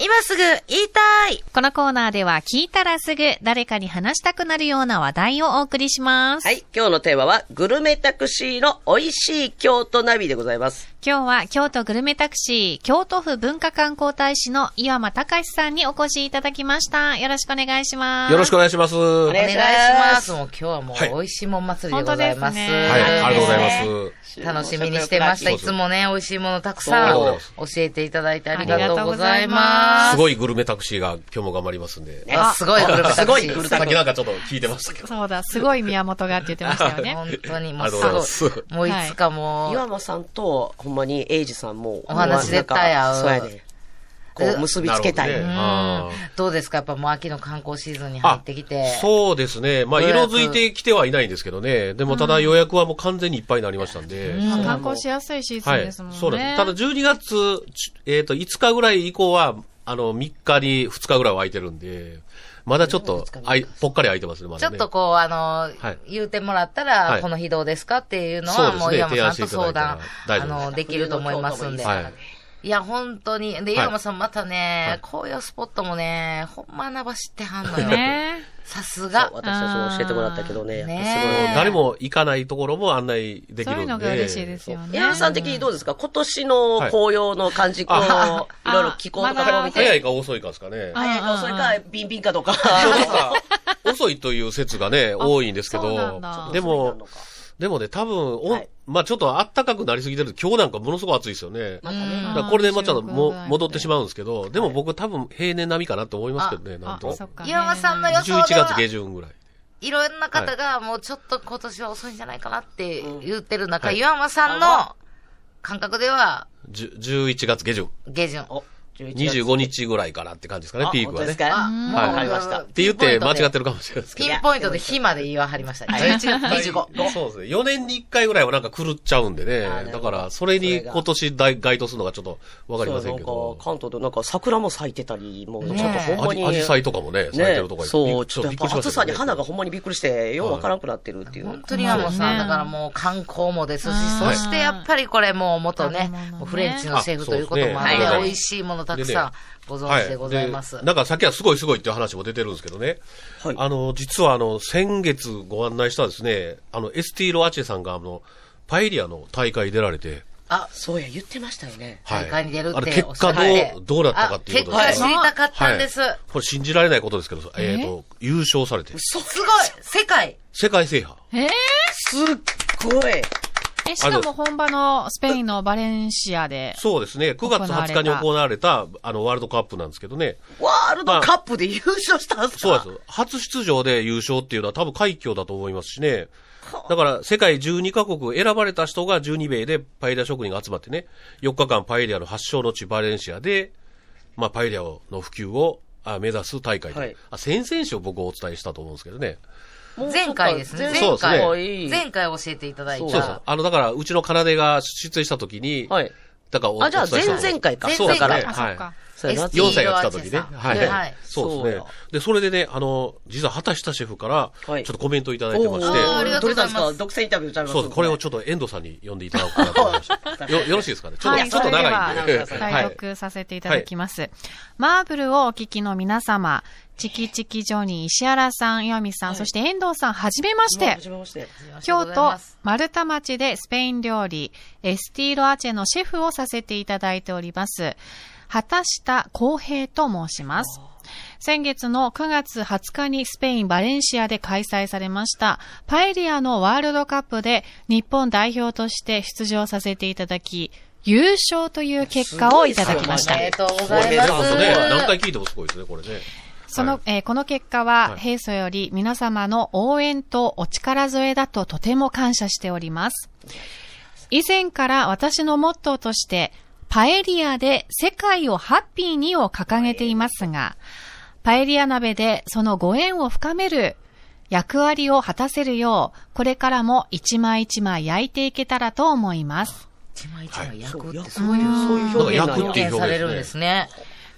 A: 今すぐ言いたい。
D: このコーナーでは聞いたらすぐ誰かに話したくなるような話題をお送りします。
C: はい。今日のテーマは、グルメタクシーの美味しい京都ナビでございます。
D: 今日は京都グルメタクシー、京都府文化観光大使の岩間隆さんにお越しいただきました。よろしくお願いします。
E: よろしくお願いします。お
C: 願いします。
A: お願いします。もう今日はもう美味しいもん祭りでございます。
D: はい、
E: はい、ありがとうございます。
A: 楽しみにしてました。いつもね、美味しいものたくさん教えていただいてありがとうございます。
E: すごいグルメタクシーが今日も頑張りますんで。
A: あ、すごいグルメタクシー。すごいグルメタクシー。
E: さっきなんかちょっと聞いてましたけど。
D: そうだ、すごい宮本がって言ってましたよね。
A: 本当にもうすごい。もういつかもう。
C: 岩間さんと、ほんまに、エイジさんも、
A: お話絶対合う。
C: そうやね。こう、結びつけたい。
E: ね、
A: どうですかやっぱもう秋の観光シーズンに入ってきて。
E: そうですね。まあ、色づいてきてはいないんですけどね。でも、ただ予約はもう完全にいっぱいになりましたんで。
D: うん、観光しやすいシーズンですもんね。はい、そうです。
E: ただ、じゅうにがつ、えっと、いつかぐらい以降は、あの、みっかにふつかぐらいは空いてるんで、まだちょっと、あい、ぽっかり空いてますね、まだね。
A: ちょっとこう、あの、はい、言うてもらったら、はい、この日どうですかっていうのは、もう岩間さんと相談、あの、できると思いますんで。はい、いや、本当に。で、岩間さんまたね、はい、紅葉スポットもね、ほんま穴場知ってはんのよ。ね。さすが。
C: 私たちも教えてもらったけどね。
E: ねすごい。誰も行かないところも案内できるんで。そういうの
D: が嬉しいですよね。
C: 岩間さん的にどうですか今年の紅葉の感じ、こう、いろいろ気候とかも見て。
E: 早いか遅いかですかね。
C: 早いか遅いか、ビンビンかとか。
E: 遅いという説がね、多いんですけど、でも、でもね、多分、はい、まあちょっと暖かくなりすぎてると、今日なんかものすごく暑いですよね。またね。だからこれでまあちょっとも戻ってしまうんですけど、でも僕多分平年並みかなと思いますけどね、なんと。
A: 岩間さんの予想では
E: じゅういちがつ下旬ぐらい。
A: いろんな方がもうちょっと今年は遅いんじゃないかなって言ってる中、はい、岩間さんの感覚では、
E: じゅういちがつ下旬。
A: 下旬。
E: にじゅうごにちぐらいからって感じですかね、ピークはね。
C: ですかはい。わかりました。
E: って言って間違ってるかもしれないですけど。
A: ピンポイントで日まで言わはりましたね。じゅういちがつにじゅうご。
E: そうですね。よねんにいっかいぐらいはなんか狂っちゃうんでね。だから、それに今年該当するのがちょっとわかりませんけど。
C: 関東でなんか桜も咲いてたり、もうちょっとほんまに。
E: アジサイとかもね、咲いてるとこ
C: そう、ちょっと暑さに花がほんまにびっくりして、ようわからなくなってるっていう。
A: 本当に山本さん、だからもう観光もですし、そしてやっぱりこれもう元ね、フレンチのシェフということもあって、美味しいものたくさん。ご存知でございます。
E: はい、なんかさっきはすごいすごいっていう話も出てるんですけどね。はい、あの、実はあの、先月ご案内したですね、あの、エスティーロアチェさんがあの、パエリアの大会に出られて。
C: あ、そうや、言ってましたよね。
A: 大会に出るって。あ
E: れ結果どう、どうなったかっていうこと
A: です。結果知りたかったんです。はい、
E: これ信じられないことですけど、えっ、ー、と、優勝されて。
A: すごい世界
E: 世界制覇。
D: えー、
C: すっごい
D: え、しかも本場のスペインのバレンシアで。
E: そうですね。くがつはつかに行われた、あの、ワールドカップなんですけどね。
C: ワールドカップで優勝したんですか、
E: まあ、そうです。初出場で優勝っていうのは多分快挙だと思いますしね。だから、世界じゅうにかこく選ばれた人がじゅうにめいでパエリア職人が集まってね、よっかかんパエリアの発祥の地バレンシアで、まあ、パエリアの普及をあ目指す大会で。はい、あ先々週僕お伝えしたと思うんですけどね。
A: 前回ですね。前回。前回教えていただいた。
E: そうです。あの、だから、うちの奏が出演した時に、はい。だから、
C: あ、じゃあ、前々回か。
E: そうですね。
D: はい。
E: よんさいが来た時ね。はい。はい。そうですね。で、それでね、あの、実は畑下シェフから、ちょっとコメントいただいてまして。
A: ありがとうございます。
C: 独占インタビューちゃいます。
E: そうです。これをちょっと遠藤さんに呼んでいただこうかなと思いました。よ、よろしいですかね。ちょっと、ちょっと長いんで。
D: 代読させていただきます。マーブルをお聞きの皆様、チキチキジョニー、石原さん、岩見さん、はい、そして遠藤さん、はじめまして。
C: はじめまして。
D: 京都、丸太町でスペイン料理、エスティーロアチェのシェフをさせていただいております。畑下康平と申します。先月のくがつはつかにスペイン・バレンシアで開催されましたパエリアのワールドカップで日本代表として出場させていただき、優勝という結果をいただきました。
A: ありがとうございます。
E: 何回聞いてもすごいですね、これね。
D: その、はいえー、この結果は、平素より皆様の応援とお力添えだととても感謝しております。以前から私のモットーとして、パエリアで世界をハッピーにを掲げていますが、パエリア鍋でそのご縁を深める役割を果たせるよう、これからも一枚一枚焼いていけたらと思います。
A: 一枚一枚焼くってそういう、そういう表現が表現されるんですね。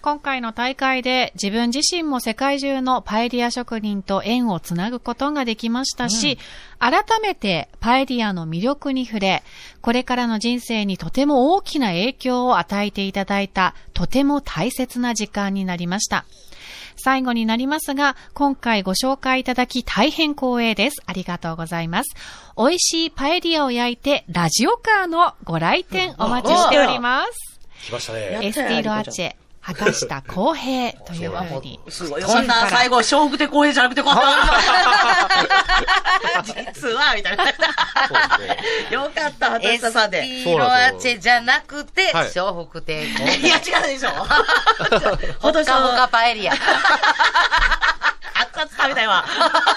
D: 今回の大会で自分自身も世界中のパエリア職人と縁をつなぐことができましたし、うん、改めてパエリアの魅力に触れ、これからの人生にとても大きな影響を与えていただいた、とても大切な時間になりました。最後になりますが、今回ご紹介いただき大変光栄です。ありがとうございます。美味しいパエリアを焼いてラジオカーのご来店お待ちしております。
E: 来ましたね。
D: エスティーロアチェ、畑下康平というふうに。
C: すごいよかった。最後、笑福亭康平じゃなくてよかった。実は、みたいな。よかった、畑下さんで。
A: エスティーロアチェじゃなくて、笑福亭康平。
C: いや、違うでしょ。
A: ほかほかパエリア。
C: 熱々食べたいわ。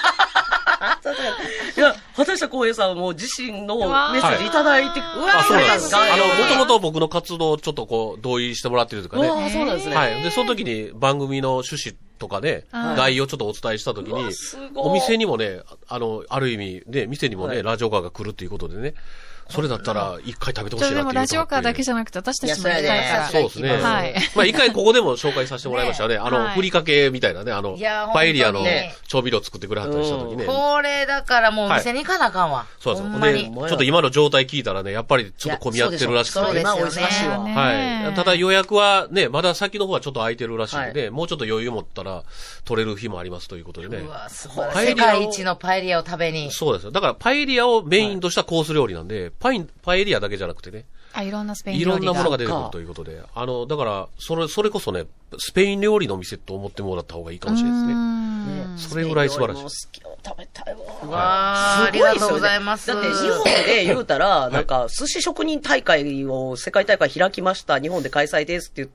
C: いや、畑下康平さんはもう自身のメッセージいただいて、
E: うわ、そうなんですか。あの、もともと僕の活動をちょっとこう、同意してもらってるというかね。
C: あ、そうなんですね。
E: はい。で、その時に番組の趣旨とかね、概要をちょっとお伝えした時に、お店にもね、あの、ある意味、ね、店にもね、ラジオカーが来るっていうことでね、それだったら一回食べてほしいなっていう。
D: でもラジオカーだけじゃなくて私たちもやりたいから。
E: そうですね。はい。まあ一回ここでも紹介させてもらいましたね。あの、ふりかけみたいなね、あの、パエリアの調味料作ってくれはったりした時ね。
A: これだからもうお店に行かなあかんわ。
E: そうです。で、ちょっと今の状態聞いたらね、やっぱりちょっと混み合ってるらしくて。
A: そうですよね。
E: はい。ただ予約はね、まだ先の方はちょっと空いてるらしいんで、もうちょっと余裕持ったら取れる日もありますということでね。
A: うわ、すごい。世界一のパエリアを食べに。
E: そうですよ。だからパエリアをメインとしたコース料理なんで、パイン、パエリアだけじゃなくてね。
D: あ、いろんなスペイン料理が。
E: いろんなものが出てくるということで。あの、だから、それ、それこそね、スペイン料理の店と思ってもらった方がいいかもしれないですね。それぐらい素晴らしい。
C: スペイン料理も好きを食べたいわ。
A: わー、ありがとうございます。
C: だって日本で言うたら、なんか、寿司職人大会を世界大会開きました。日本で開催ですって言って、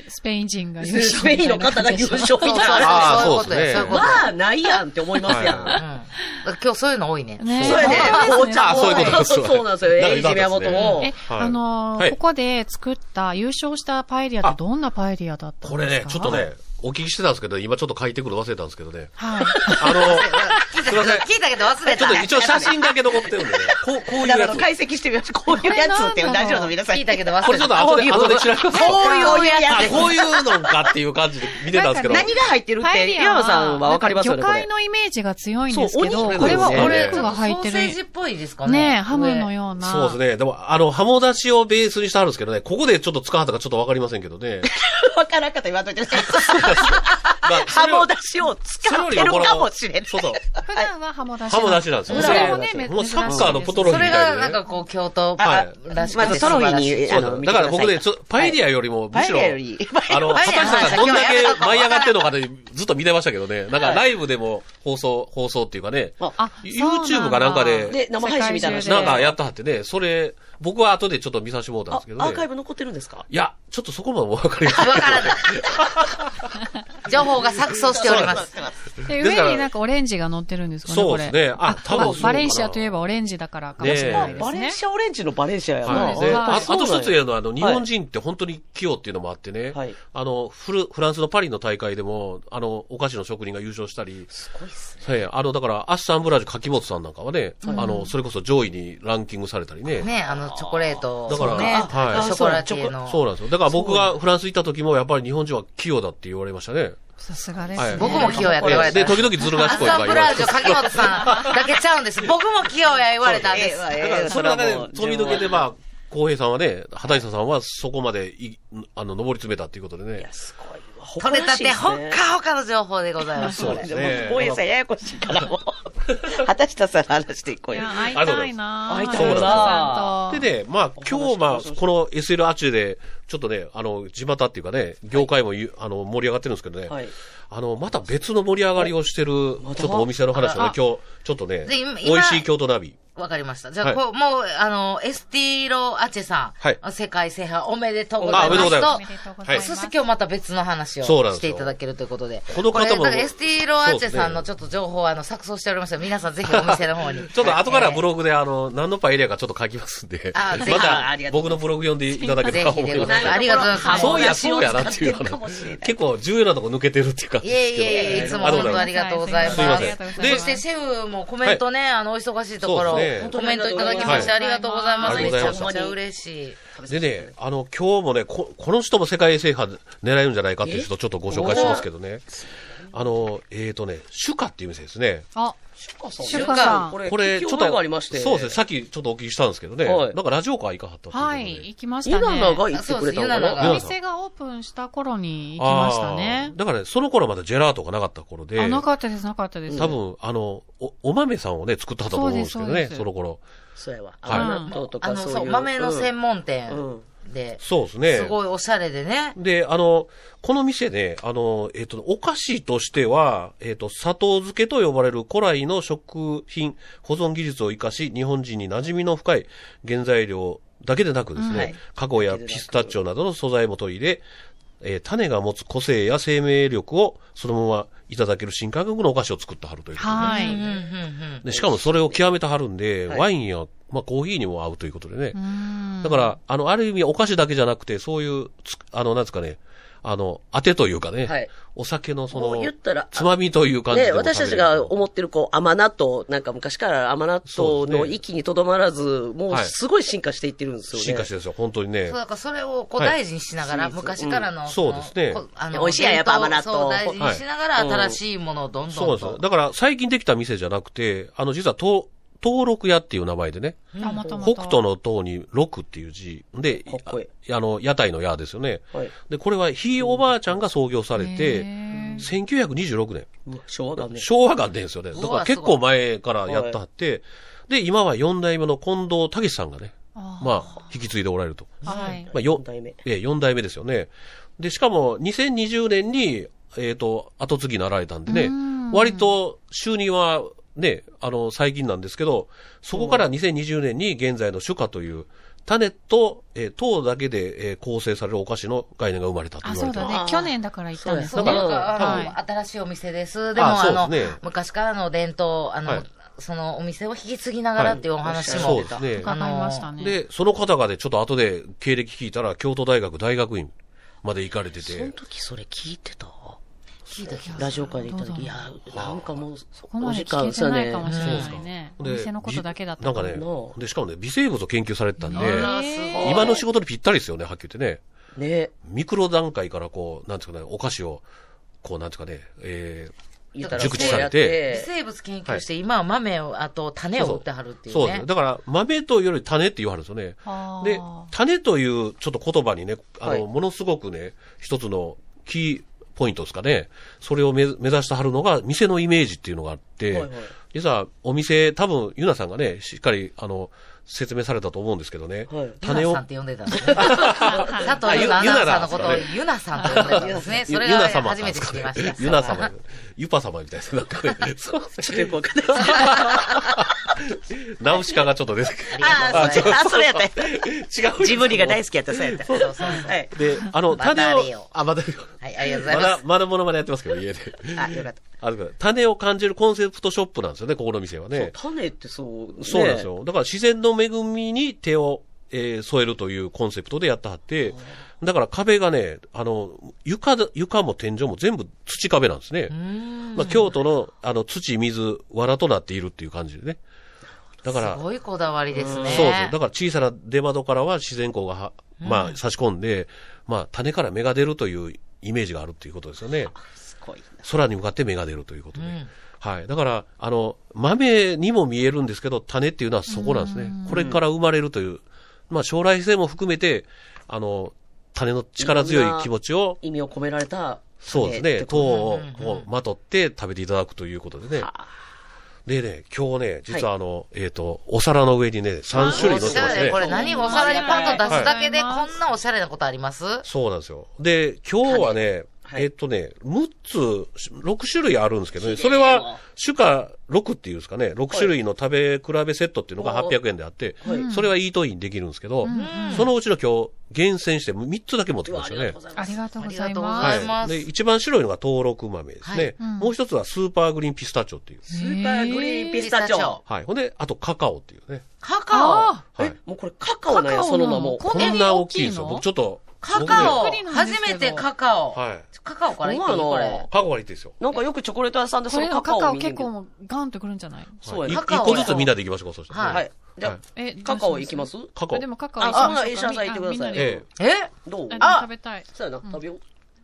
D: スペイン人が優勝。
C: スペインの方が優勝みたいな。
E: ああ、そうですね。
C: まあ、ないやんって思いますやん。
A: 今日そういうの多いね。
C: そうやね。紅茶も。
E: そういうことです。
C: そうなんですよ。エイジ宮本も。
D: え、あの、ここで作った優勝したパエリアってどんなパエリアだったんですか？
E: これね、ちょっとね、お聞きしてたんですけど、今ちょっと書いてくるの忘れたんですけどね。
D: はい。
E: あの、
A: すいません。聞いたけど忘れた。
E: ちょっと一応写真だけ残ってるんでね。こう、こういうやつ。
C: 解析してみましょう。こういうやつっていうラジオの皆さん。
A: 聞いたけど忘れた。
E: これちょっと後で、後で調べます。
C: こういうやつ。
E: こういうのかっていう感じで見てたんですけど。
C: 何が入ってるって、山さんはわかりますよね。
D: 魚介のイメージが強いんですけど、
C: こ
D: れはお肉が入ってる。
A: ソーセージっぽいですかね。
D: ねえ、ハムのような。
E: そうですね。でも、あの、ハモ出しをベースにしてあるんですけどね、ここでちょっと使わはったかちょっとわかりませんけどね。
C: わからんかった言わんといてください。ハモ出しを使ってるかもしれない。
E: そうそう。
D: 普段はハモ出し。
E: ハモ出しなんですよ。
D: それもね、
E: もうサッカーのポトロフィーみたいな。
A: それがなんかこう、京都らしくて。
C: まずトロフィーに、
E: あの、だから僕ね、パエリアよりも、むしろ、あの、畑さんがどんだけ舞い上がってるのかでずっと見てましたけどね。なんかライブでも放送、放送っていうかね、YouTube かなんかで、
C: 生配信みたいな。
E: なんかやったはってね、それ、僕は後でちょっと見させてもらったんですけどね。
C: アーカイブ残ってるんですか？
E: いや、ちょっとそこまでもわかりません。
A: わからない。情報が錯綜しております。
D: で、上になんかオレンジが乗ってるんですかね、
E: そうですね。あ、多分
D: バレンシアといえばオレンジだからかもしれないですね。
C: バレンシアオレンジのバレンシアやな。
E: あと一つ言うのは、あの、日本人って本当に器用っていうのもあってね、あの、フル、フランスのパリの大会でも、あの、お菓子の職人が優勝したり、
C: すごいっす
E: ね。あの、だから、アッサンブラージュ柿本さんなんかはね、あの、それこそ上位にランキングされたりね。
A: ね、あの、チョコレート。
E: だから、
A: はい。ショコラティエの。
E: そうなんですよ。だから僕がフランス行った時も、やっぱり日本人は器用だって言われましたね。
D: さすがですね。
A: 僕も器用やって言われた。
E: で、時々ずる賢いとか言われて。
A: アッサンブラージュ柿本さんだけちゃうんです。僕も器用や言われたんです。
E: だからそれはね、飛び抜けて、まあ、浩平さんはね、畑下さんはそこまでい、あの、登り詰めたっていうことでね。
C: いや、すごいわ。
A: 取れたて、ほっかほかの情報でございます。
E: そうですね。
C: 浩平さんややこしいからもう。畑下さんの話していこうよ。
D: 会いたいな
C: 会いたいな
E: でね、まあ、今日、まあ、この エスエル アチュで、ちょっとね、あの、地元っていうかね、業界も、あの、盛り上がってるんですけどね。はい。あの、また別の盛り上がりをしてる、ちょっとお店の話をね、今日、ちょっとね、美味しい京都ナビ。
A: わかりました。じゃあ、こう、もう、あの、エスティーロアチェさん。はい。世界制覇おめでとうございます。
E: あ、おめでとうございます。
A: おめでとうございます。そして今日また別の話をしていただけるということで。
E: この方も。
A: エスティーロアチェさんのちょっと情報をあの、錯綜しておりました。皆さんぜひお店の方に。
E: ちょっと後からブログであの、何のパエリアかちょっと書きますんで。あ、ぜひ。また、僕のブログ読んでいただけたら思います。
A: ありがとうございます。
E: そういや、そうやなっていうの。結構重要なとこ抜けてるっていうか。
A: いえいえいえ、いつも本当ありがとうございます。
E: すいません。
A: そしてシェフもコメントね、あの、お忙しいところ、コメントいただきましてありがとうございます。めちゃくちゃ嬉しい。
E: でね、あの、今日もね、こ、この人も世界制覇狙えるんじゃないかっていう人ちょっとご紹介しますけどね。あの、えーとね、シュカっていう店ですね。
D: あ、
C: シュカさん。
D: シュカさん。
C: これ、
E: これ、ちょっと、
C: がありまして。
E: そうですね、さっきちょっとお聞きしたんですけどね。
C: はい。
E: なんかラジオカー行かはったっていうことで。
D: はい、行きましたね。
C: ユナナが行ってくれたのかな。
D: お店がオープンした頃に行きましたね。
E: だからね、その頃まだジェラートがなかった頃で。
D: あ、なかったです、なかったです。
E: 多分、あの、お、お豆さんをね、作ってはったと思うんですけどね、その頃。
C: そうやわ。
E: はい。
C: 納豆とかそういう。
A: あの、そう、豆の専門店。うんで、
E: そうですね。
A: すごいおしゃれでね。
E: で、あの、この店ね、あの、えっ、ー、と、お菓子としては、えっ、ー、と、砂糖漬けと呼ばれる古来の食品保存技術を生かし、日本人に馴染みの深い原材料だけでなくですね、はい、カゴやピスタチオなどの素材も取り入れ、えー、種が持つ個性や生命力をそのままいただける新感覚のお菓子を作ってはるということで、ね。はい。で、しかもそれを極めてはるんで、はい、ワインや、まあ、コーヒーにも合うということでね。だから、あの、ある意味お菓子だけじゃなくて、そういう、あの、なんですかね、あの、当てというかね、はい、お酒のその、言ったら、つまみという感じで。
C: ね、私たちが思ってる、こう、甘納豆、なんか昔から甘納豆の域にとどまらず、もうすごい進化していってるんですよね。
E: 進化してるんですよ、本当にね。
A: そう、だからそれをこう大事にしながら、はい、昔からの、うん、
E: そうですね。
A: あの、
C: 美味しいや、やっぱ甘納豆。
A: そう、大事にしながら、新しいものをどんどんと、
E: うん。そうです。だから、最近できた店じゃなくて、あの、実は、と、登録屋っていう名前でね、うん、北斗の塔に六っていう字で、
C: かっこいい。
E: あの、屋台の屋ですよね。はい、で、これはひいおばあちゃんが創業されて、せんきゅうひゃくにじゅうろくねん。
C: 昭和元年。
E: 昭和元年ですよね。だから結構前からやってはって、で、今はよん代目の近藤武さんがね、あまあ、引き継いでおられると。はい。まあ、よん代目。ええ、よん代目ですよね。で、しかもにせんにじゅうねんに、えっと、後継ぎになられたんでね、割と収入は、ね、あの、最近なんですけど、そこからにせんにじゅうねんに現在のシュカという、種と、えー、糖だけで、えー、構成されるお菓子の概念が生まれたと言われて
D: あ、そうだね。去年だから行ったんですね。
A: だから、あの、新しいお店です。でも、あ, あの、ね、昔からの伝統、あの、はい、そのお店を引き継ぎながらっていうお話も、
E: はい、そうですね。
D: 伺いましたね。
E: で、その方がね、ちょっと後で経歴聞いたら、京都大学大学院まで行かれてて。
C: その時それ聞いてた聞いたラジオ会で行った時、いや、なんかもう、
D: そこまで聞けてないかもしれないね。お店のことだけだった
E: なんかね、で、しかもね、微生物を研究されてたんで、今の仕事にぴったりですよね、はっきり言ってね。ね。ミクロ段階からこう、なんですかね、お菓子を、こう、なんですかね、えー、熟知されて。
A: 微生物研究して、今は豆を、あと種を売ってはるっていうね。
E: そうですね。だから、豆というより種って言わはるんですよね。で、種というちょっと言葉にね、あの、ものすごくね、一つのキー、ポイントですかね。それを目指してはるのが、店のイメージっていうのがあって、はいはい、実はお店、多分、ゆなさんがね、しっかり、あの、説明されたと思うんですけどね。はい、
A: 種を。ゆなさんって呼んでたんですね。佐藤ゆなアナウンサーのことをゆなさんと呼んでたんですね。それが初めて知りました。
E: ゆな様。ゆぱ様みたいですね。なんかね。
C: そう、ちょっとよくわかんない。
E: ナウシカがちょっと出てくる。
C: ああ、それやった。違う。ジブリが大好きやった、そうやった。そうそうそう。
E: で、あの、種を、
A: あ、まだ、はい、ありがとうございます。まだ、
E: まだものまでやってますけど、家で。
C: あ、よかった。
E: あ種を感じるコンセプトショップなんですよね、ここの店はね。
C: そう、種ってそう、
E: ね。そうなんですよ。だから自然の恵みに手を、えー、添えるというコンセプトでやってはって、だから壁がね、あの、床、床も天井も全部土壁なんですね。まあ、京都の、あの、土、水、藁となっているっていう感じでね。だから。
A: すごいこだわりですね。
E: そうです。だから小さな出窓からは自然光がは、まあ、差し込んで、まあ、種から芽が出るというイメージがあるっていうことですよね。
C: すごい。
E: 空に向かって芽が出るということで。うん、はい。だから、あの、豆にも見えるんですけど、種っていうのはそこなんですね。これから生まれるという、まあ将来性も含めて、あの、種の力強い気持ちを。
C: 意味を込められた。
E: そうですね。糖をこうまとって食べていただくということでね。でね、今日ね、実はあの、はい、えっ、ー、と、お皿の上にね、さん種類乗ってますね。
A: これ何お皿にパッと出すだけでこんなおしゃれなことあります？
E: そうなんですよ。で、今日はね、はい、えっとね、むっつ、ろく種類あるんですけどね、それは、種価ろくっていうんですかね、ろく種類の食べ比べセットっていうのがはっぴゃくえんであって、はい、それはイートインできるんですけど、うん、そのうちの今日、厳選してみっつだけ持ってきましたね。
D: ありがとうござい
A: ます。
E: はい。で、一番白いのが登録豆ですね。はいうん、もう一つはスーパーグリーンピスタチオっていう。
C: スーパーグリーンピスタチオ。
E: はい。ほんで、あとカカオっていうね。
A: カカオ
C: はい。もうこれカカオなんや、その名も。
E: こんな大きいんですよ。僕ちょっと、
A: カカオ
D: びっくりなんですけど
A: 初めてカカオ。
E: はい。
A: カカオから言っていいこれ。
E: カカオからいっていいですよ。
C: なんかよくチョコレート屋さんで
D: こ
C: その
D: れのカカオ
C: カカオを見る
D: 結構ガンとくるんじゃない？
C: そうやね。
E: 一
A: カカオ
E: 個ずつみんなで行きましょうか、そしたら。
A: はい
C: はい。じゃ
E: はい
D: え、
C: あ、カカオいきます
E: カカオ。
D: でもカカオ
C: あ、そんな石原さん行ってください。
E: ええ。
A: え
C: どう
D: あ、食べたい。
C: そうやな、食べよう。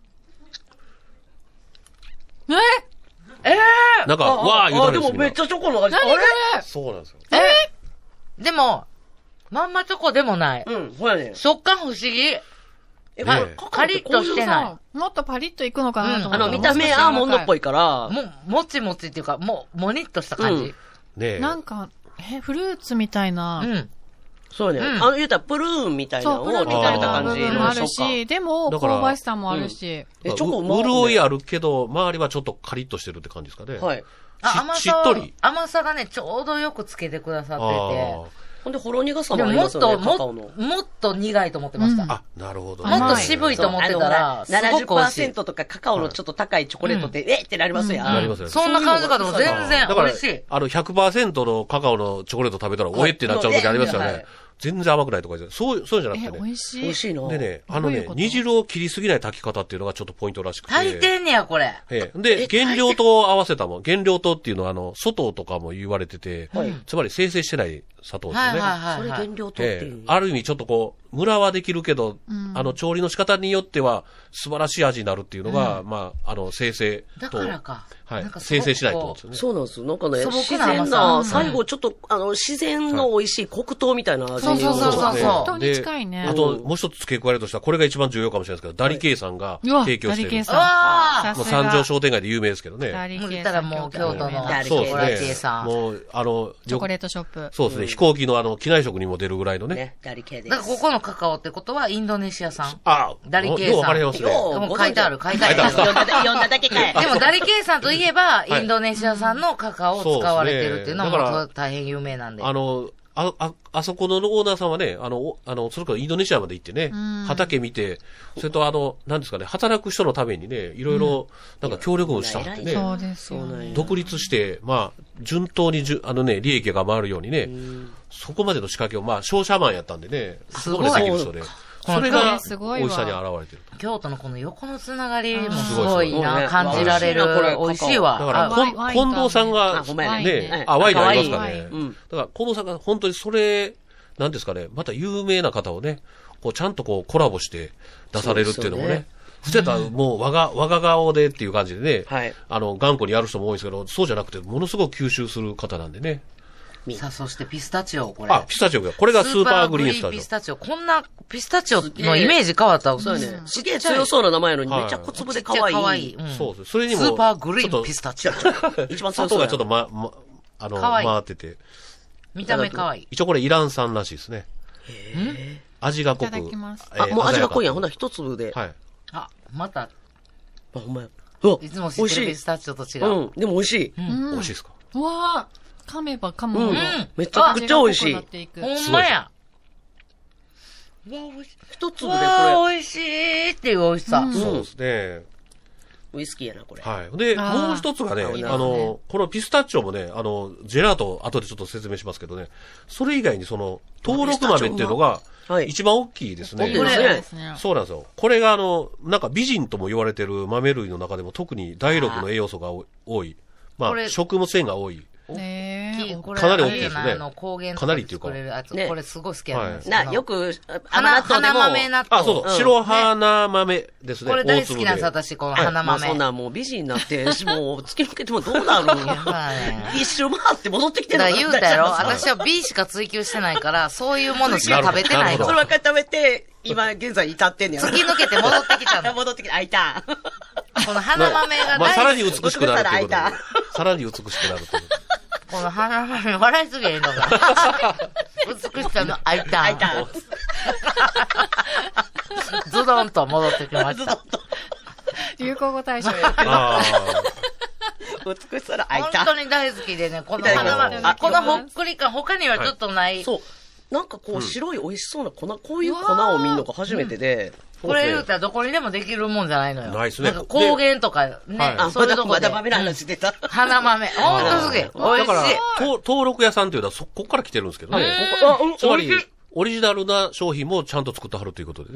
D: え
A: えー、
E: なんか、わー言うた
C: あ、で
E: んです
C: もめっちゃチョコの味。あれ
E: そうなんですよ。
A: えでも、まんまチョコでもない。
C: うん、ほやねん。
A: 食感不思議。
C: え、
E: ね
C: これカカオ
A: カリッとしてない。
D: さ、もっとパリッといくのかなと思った
C: あの、見た目アーモンドっぽ
D: い。
C: いから、
A: も、もちもちっていうか、もう、もにっとした感じ。
E: ねえ。
D: なんか、え、フルーツみたいな。
A: うん。
C: そうやね。
A: うん
C: あの、言うたらプルーンみたいなの
D: そう、
C: を
D: プル
C: 煮た
D: みたいな部
C: 感じの
D: 分もある
C: 食感。
D: し、でも、
E: だから
D: 香ばしさもあるし。
C: え、チョコ
E: う
C: も
E: 潤いあるけど、周りはちょっとカリッとしてるって感じですかね。
C: はい。
A: あ、甘
E: し
A: さは
E: しっとり。
A: 甘さがね、ちょうどよくつけてくださって
E: あ
C: ほんで、ほろ苦さ
A: て。で
C: もあ
A: ももっと、
C: りますよね、カカオ
A: も
C: の。
A: もっと苦いと思ってました。
E: あ。あ、なるほど。
A: もっと渋いと思ってたら、す
C: そうあの
A: ごく美味しい。
C: ななじゅっパーセントとかカカオのちょっと高いチョコレートって、えってなりますやん。
E: なりますよね。
A: そんな感じかとも全然
E: だから
A: 美味しい。
E: あの、ひゃくパーセント のカカオのチョコレート食べたら、おえってなっちゃう時ありますよ
C: はい
E: ね。全然甘くないとか言って、そう、そうじゃなく
D: え、
E: てね。
D: 美味しい。
C: 美味しいな。
E: でね、あのね
D: どういうこ、と
E: 煮汁を切りすぎない炊き方っていうのがちょっとポイントらしくて。
A: 足りてんねや、これ。
E: ええ。で、原料と合わせたもん。原料糖っていうのは、あの、砂糖とかも言われてて、
C: はい
E: つまり生成してない砂糖ですよね。
A: はいはいはい、
C: それ
A: はい。
C: 原料糖って
E: ええ
C: いう。
E: ある意味ちょっとこう、ムラはできるけど、あの、調理の仕方によっては素晴らしい味になるっていうのが、まあ、あの、生成
A: だ
E: と、
A: からか。
E: はい
A: なんか、すごく
E: 生成しないってことですよね。
C: そうなんですよ。なんかね、
A: 素朴な
C: 自然
A: 甘さ
C: な、
A: うん
C: 最後ちょっと、あの、自然の美味しい黒糖みたいな味に
A: そうそうそうそう
E: ね
A: そう
D: 本当に近いね
E: であと、もう一つ付け加えるとしたら、これが一番重要かもしれないですけど、ダリケイさんが
D: うわ、
E: 提供している。
D: ダリケイさん。
A: あ
E: もう
D: さすが
E: 三条商店街で有名ですけどね。
D: ダリ
A: もう言
D: ケイさん
A: ったらもう京都の
C: ダリケイ
E: そう
A: ダリ
E: ですね。
A: ケイさん。
E: もう、あの、
D: チョコレー
E: ト。
D: トショップ。
E: そうですね。飛行機のあの、機内食にも出るぐらいのね。
C: ね、ダリ系です。
A: だからここのカカオってことはインドネシア産。
E: あ
A: ダリケイさん
E: ようわかりますね。
C: よ
A: もう書いてある、書いてある。
E: 書いてある
C: 読んだだ読んだだけかい。
A: でもダリケイさんといえば、
E: い
A: インドネシア産のカカオを使われてるっていうのは
E: そうですねだから
A: もう大変有名なんで。
E: あの、あ、あ、あそこのオーナーさんはね、あの、おあの、それからインドネシアまで行ってね、畑見て、それとあの、なんですかね、働く人のためにね、いろいろ、なんか協力もしたってね、
D: そうですよね。
E: 独立して、まあ、順当にじゅ、あのね、利益が回るようにね、そこまでの仕掛けを、まあ、商社マンやったんでね、
A: すごい
E: そこまでできる人で、それ
D: こ
E: が
D: れすごいわ
E: 美味しさに現れてると。
A: 京都のこの横のつながりもす
E: すごいすご
A: ごいな、
C: い
A: 感じられる
C: 美味しいなこれ。
A: 美味しい
E: だ
A: わ。
E: から、
A: あ
E: こん
D: ワイン
E: 近藤さんが
C: あ、ごめん
D: ワイン
E: ね、あ、ワインありますか
D: ワイ
E: ね。
C: ン
E: だから、近藤さんが本当にそれ、なんですかね、また有名な方をね、こう、ちゃんとこう、コラボして出されるっていうのもね
C: そうですよね、
E: 普通やったらもう我が、我が顔でっていう感じでね、
C: はい
E: あの、頑固にやる人も多いんですけど、そうじゃなくて、ものすごく吸収する方なんでね。
A: さあ、そしてピスタチオ、これ。
E: あ、ピスタチオが、これがスーパーグリーンスタジ
A: ピスタチオ。こんなピスタチオのイメージ変わった。
C: そうやね。すげえ強そうな名前やのに、
E: はい
C: めっちゃ小粒で可
A: ちっちゃい可
C: 愛い。
A: 愛い。うん
E: オ。そうです。それにも、
A: スーパーグリ
E: ちょっと
A: ーンピスタチオ。
C: 一番
E: 砂糖
C: 強そうや
E: がちょっとま、ま、あの、
A: 可愛い
E: 回ってて。
A: 見た目可愛い。
E: 一応これイラン産らしいですね。味が濃く。
D: いただきます
E: えー
C: あ、もう味が濃いやん。ほん
E: 鮮
C: なら一粒で。あ、
E: はい。
A: あ、また、
C: ほんまや。うわ
A: いつも知ってるピスタチオと違う。
C: うん。でも美味しい。
D: うん
E: 美味しいですか？
D: うわー噛めば噛むほど。
C: うんめちゃくちゃ美味しい
D: 味が濃くなっていく
A: ほんまや。うわ、美味しい。
C: 一粒でこ
A: うわ、
C: れ。
A: 美味しいっていう美味しさ。
D: うん
E: そうですね。
C: ウイスキーやな、これ。
E: はい。で、
D: あー
E: もう一つがね、あ
C: 合うね
E: の、このピスタチオもね、あの、ジェラート、後でちょっと説明しますけどね、それ以外にその、登録豆っていうのが
C: は、い
E: 一番大きいですね。
C: 大きいです
D: そう
C: ね
D: ですね。
E: そうなんですよ。これがあの、なんか美人とも言われてる豆類の中でも特に第六の栄養素が多い。ま
A: これ
E: あ、食物繊維が多い。
D: ねえ。
A: これ
E: かなり大きいですね
A: あれじゃないあの高原とかで
E: かなりっていうか
A: 作れるやつ。
C: ね
A: これすごい好きやね
E: はい
C: な、よく、甘
A: 花、
C: 納豆でも。
A: 花豆納豆。
E: あ、そうそう。
C: うん
E: 白花豆ですね。
A: これ大好きなんです、
E: 大粒
A: 私、この
E: はい
A: 花
C: まあそん
A: 豆。
C: なんもう美人になって、もう突き抜けてもどうなるん
A: いやまあね
C: 一周回って戻ってきてる
A: だから言うたやろ
C: そ
A: 私は B しか追求してないから、そういうものしか食べてないの。
E: なるほど
C: ればっかり食べて、今現在至ってんねやろ。
A: 突き抜けて戻ってきたの。
C: 戻ってきた。開いた。
A: この花豆が
E: まあ、さら
A: 大好き。
E: に美しくなるっていうことで
C: 開いた。
E: さらに美しくなるという。
A: この花豆、笑いすぎへんのか。美しさの開いた。
C: 開いた。
A: ズドンと戻ってきました。
D: 流行語大賞や。
E: あ
C: 美しさの開いた。
A: 本当に大好きでね、この
C: いただき
A: 花
C: ます
A: 豆、このほっくり感、他にはちょっとない。
C: そう。なんかこう、白い美味しそうな粉、こういう粉を見るのが初めてで。
A: これ言うたらどこにでもできるもんじゃないのよ。
E: ないっすね
A: んか高原とかね、
E: はい
C: あ、
A: そういうとこで
C: まだまだ。豆の話出た。
A: 花豆。ほんとすげえ。美味
E: だから
A: しい。、
E: と登録屋さんというのはそこから来てるんですけどね。
C: あ、うん、
E: つまり
C: 美味しい、
E: オリジナルな商品もちゃんと作ってはるということでね。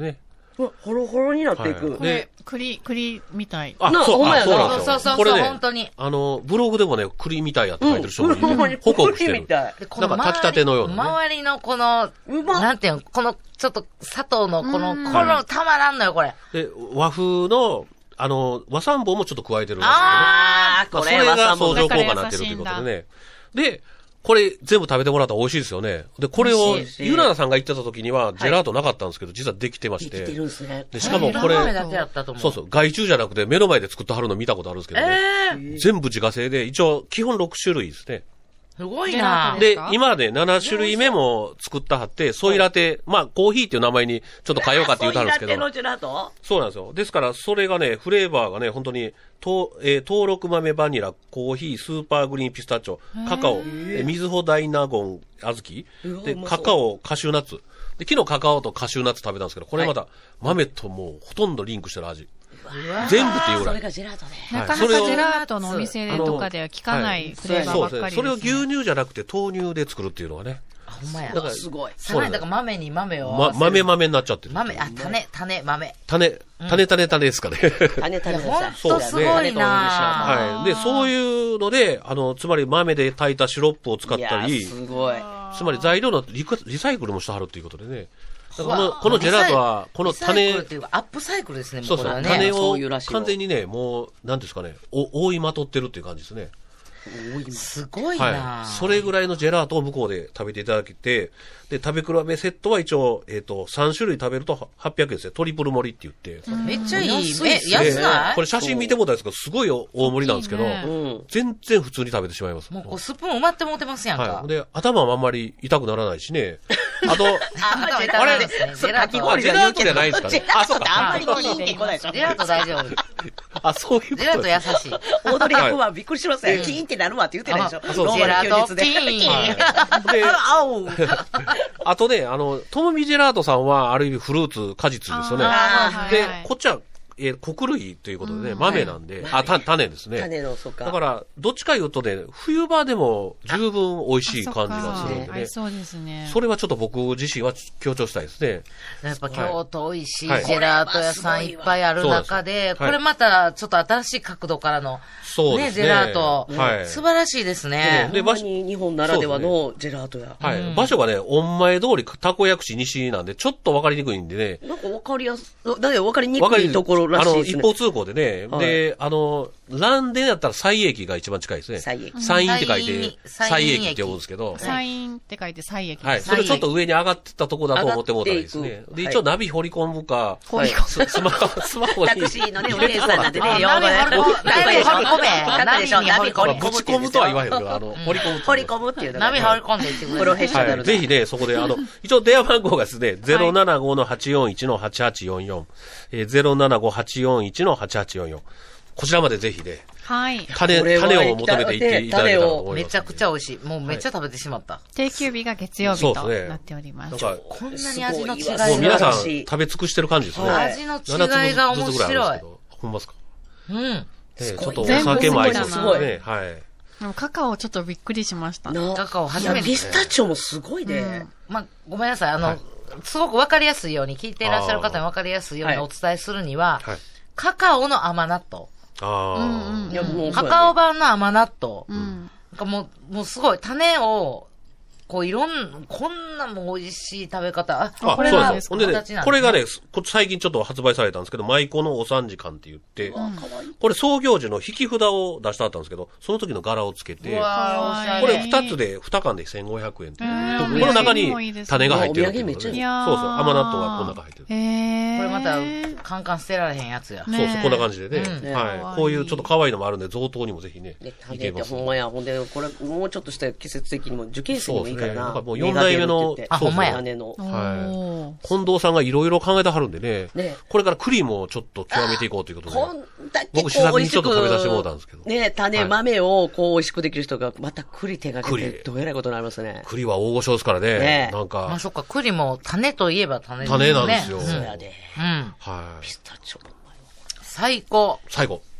C: うわほろほろになっていく。
E: はい
D: これ、栗、栗みたい。
E: あ、
C: な
E: そう、あ、
C: ほんまやな
E: そうなんですよ。
A: そうそうそう
E: これね、
A: 本当に
E: あの、ブログでもね、栗みたいやって書いてる人もい
C: ほんまに
E: て、ホクホクしてる。
C: 栗みたい。
A: で、こ
E: なんか炊きたてのようなね
A: 周りのこの、
C: うまっ
A: なんていうの、この、ちょっと砂糖のこの、こ
D: うん
A: の、たまらんのよ、これ。
E: で、和風の、あの、和三盆もちょっと加えてるんですけどね。
C: あー、
E: まあ、
C: これ
E: それが
C: はさもう
E: 相乗効果になってるということでね。で、これ全部食べてもらったら美味しいですよね。で、これを
C: 美味しい、
E: ゆななさんが言ってた時には、ジェラートなかったんですけど、実はできてまして。
C: できてるんですね。
E: で、しかもこれ、
A: 豆だけだったと思う。
E: そうそう、外注じゃなくて目の前で作ってはるの見たことあるんですけどね。
A: えー、
E: 全部自家製で、一応、基本ろく種類ですね。
A: すごい
D: ジェラー
A: な
D: ト
E: で、今ね、なな種類目も作ったはって、ソイラテ、まあ、コーヒーっていう名前にちょっと変えようかって言ったんですけど。
C: ソイラテのジェラート
E: そうなんですよ。ですから、それがね、フレーバーがね、本当に、とえー登録豆バニラ、コーヒー、スーパーグリーンピスタチオ、カカオ、えー、みずほ大納言、小豆、で、
C: うわうまそう
E: カカオ、カシューナッツ。で、昨日カカオとカシューナッツ食べたんですけど、これまた、豆ともうほとんどリンクしてる味。全部っていうぐらい。
C: それがジェラートね。
D: なかなかジェラートのお店とかでは聞かないフレーバーばっかりですね。
E: それを牛乳じゃなくて豆乳で作るっていうのがね。
A: あ、ほんまや。
E: だから
C: すごい。
A: さらに、だから豆に豆を合
E: ま、
A: わせる。
E: 豆豆になっちゃってる。
A: 豆、あ、種、種、豆。
E: 種、種種種ですかね。
C: 種種
A: ほん
E: そう
A: とすごいな
E: はい。で、そういうので、あの、つまり豆で炊いたシロップを使ったり、
C: すごい。
E: つまり材料のリクリサイクルもしてはるっていうことでね。だからこの、このジェラートは、この種、
A: リサイクルっていうかアップサイクルですね、も
E: そうそう、
A: これはね。
E: 種を
C: そういうらしいよ
E: 完全にね、もう、なんですかね、お覆いまとってるっていう感じですね。
A: すごいな、
E: はい。それぐらいのジェラートを向こうで食べていただけて、で、食べ比べセットは一応、えっ、と、さん種類食べるとはっぴゃくえんですね。トリプル盛りって言って。
A: めっちゃいい。
C: 安い
A: え
C: っ、すね
A: 安ない
E: これ写真見てもらったんですけど、すごい大盛りなんですけど、
D: 大きいね
C: うん。
E: 全然普通に食べてしまいます。
A: もうこうスプーン埋まってもうてますやんか。
E: はい。で、頭もあんまり痛くならないしね。あと、
A: あ、ジェラートですね。ジェラート。
E: あジェラートじゃないですかね
C: ジェラートってあんまり気に入ってこないでしょ。
A: ジェラート大丈夫。
E: あ、そういうこと
A: ジェラート優しい。
C: オードリー・ヘップバーンびっくりしますね。キーンってなるわって言ってないでしょ。
A: あ
E: そう
A: ジェラート
C: で。
A: キーン。
E: はいで、
C: あおう。
E: あとね、あの、トムミジェラートさんは、ある意味フルーツ、果実ですよね。
D: あー
E: で
D: はいはい、
E: こっちは、えー、穀類ということでね、豆なんで、あ、た、種ですね。
C: 種の、そうか。
E: だから、どっちか言うとね、冬場でも十分美味しい感じがするんでね。
D: 合いそうですね。
E: それはちょっと僕自身は強調したいですね。
A: やっぱ京都美味しいジ
E: はい
A: ェラート屋さんいっぱいある中で、
E: そうなんですよはい
A: これまたちょっと新しい角度からの、ね、
E: そうですね。
A: ジェラート。
E: はい。
A: 素晴らしいですね。
E: で
C: ほんまに日本ならではのジェラートや。
E: はい。場所がね、御前通り、たこ焼き市西なんで、ちょっとわかりにくいんでね。
C: なんかわかりやす、だってわかりに
E: わかり
C: くいところら
E: あの、
C: しいですね。
E: 一方通行でね。
C: はい
E: で、あの、蘭電やったら西駅が一番近いですね。
C: 西駅
E: 西院って書いて、
A: 西
E: 西
A: 院
E: 駅って呼ぶんですけど。
D: サインって書いてサイ駅
E: はい。
D: です。
E: それちょっと上に上がってたとこだと思ってもらったらいいですね
C: 上がってい。く
E: で、
C: はい
E: 一応ナビ掘り込むか、
C: はい
E: ススマホ、スマホに。
C: タクシーのね、運転手さんなんてね、
A: あ
C: 用語で。
A: ナビ掘り込ナビ掘り込め
C: ナビでしょ、ナビ掘り込む。
E: ぶち込むとは言わへんけど、あの、掘り込む。
C: 掘り込むっていうのが
A: 波放り込んでいってください。
C: プロフェッショナル
E: はい。
C: な
E: ぜひね、そこで、あの、一応電話番号がですね、ゼロななごのはちよんいちのはちはちよんよん、えー、ゼロななごはちよんいちのはちはちよんよん。こちらまでぜひね、
D: はい。
E: 種、
C: これは
E: 種を求めていっていただけたらと思います。
A: めちゃくちゃ美味しい。もうめっちゃ食べてしまった。
D: 定休日が月曜日と
E: そうですね
D: なっております。
E: なんか、
A: こんなに味の違い
C: すごいわ
A: が。
E: もう皆さん
C: 素晴らしい
E: 食べ尽くしてる感じですね。
C: はい
A: 味の違いが面白い。
E: ほんますか。
A: うん。
E: ええちょっとお
D: 全部
E: 酒も合いそうです
C: すごい
E: ね。はい。
D: でもカカオちょっとびっくりしました。
C: な
A: カカオ初
C: いや、
A: めて
C: ピスタチオもすごいね。
A: まあ、ごめんなさい。あの、すごくわかりやすいように、聞いていらっしゃる方にわかりやすいように
C: はい
A: お伝えするには、
E: はい。
A: カカオの甘納豆。
E: あ
C: いや、もう、
A: カカオ版の甘納豆。
D: うん。
A: なんかもう、もうすごい、種を、こういろん、こんなも美味しい食べ方。あ、
E: あ。あ、
A: これが
E: そうなんです。ほんでね
A: 形なんですね、
E: これがね、こ最近ちょっと発売されたんですけど、舞妓のお三時間って言って、これ創業時の引き札を出してあったんですけど、その時の柄をつけて、
A: うわー、おしゃれ。
E: これ二つで、二缶でせんごひゃくえんっていう。
D: へー
E: この中に
D: お土産にもいいですね
E: 種が入ってるっていうことで。
C: お土産めっちゃいい
E: そうそう、甘納豆がこの中入ってる。
D: へー。
A: これまた、カンカン捨てられへんやつや。
D: ね
E: そうそう、こんな感じでね。
A: うん
C: ね
E: はい。こういうちょっと可愛いのもあるんで、贈答にもぜひね
C: ね、、
E: い
C: 種って
E: けます。
C: ほんまや。ほんで、これ、もうちょっとした季節的にも、受験生にもいいからな。
E: そうですねなんかもう四代目の
A: あほんまや
C: 種の。
D: おー
E: 近藤さんがいろいろ考えてはるんでね、
C: ね
E: これから栗もちょっと極めていこうということで。
C: こんだけこう
E: 僕試作に
C: 美味しく
E: ちょっと食べさせてもらったんですけど
C: ね、種、
E: はい
C: 豆をこう美味しくできる人が、また栗手がけて、
E: 栗
C: どうえらいことになりますね。
E: 栗は大御所ですからね。
C: ね
E: なんか、
A: まあそっか、栗も種といえば種ですね。
E: 種なんですよ
A: うん。
C: そうやで。
A: うん。
E: はい
C: ピ。スタチオもうまいわ
A: 最高。
E: 最後。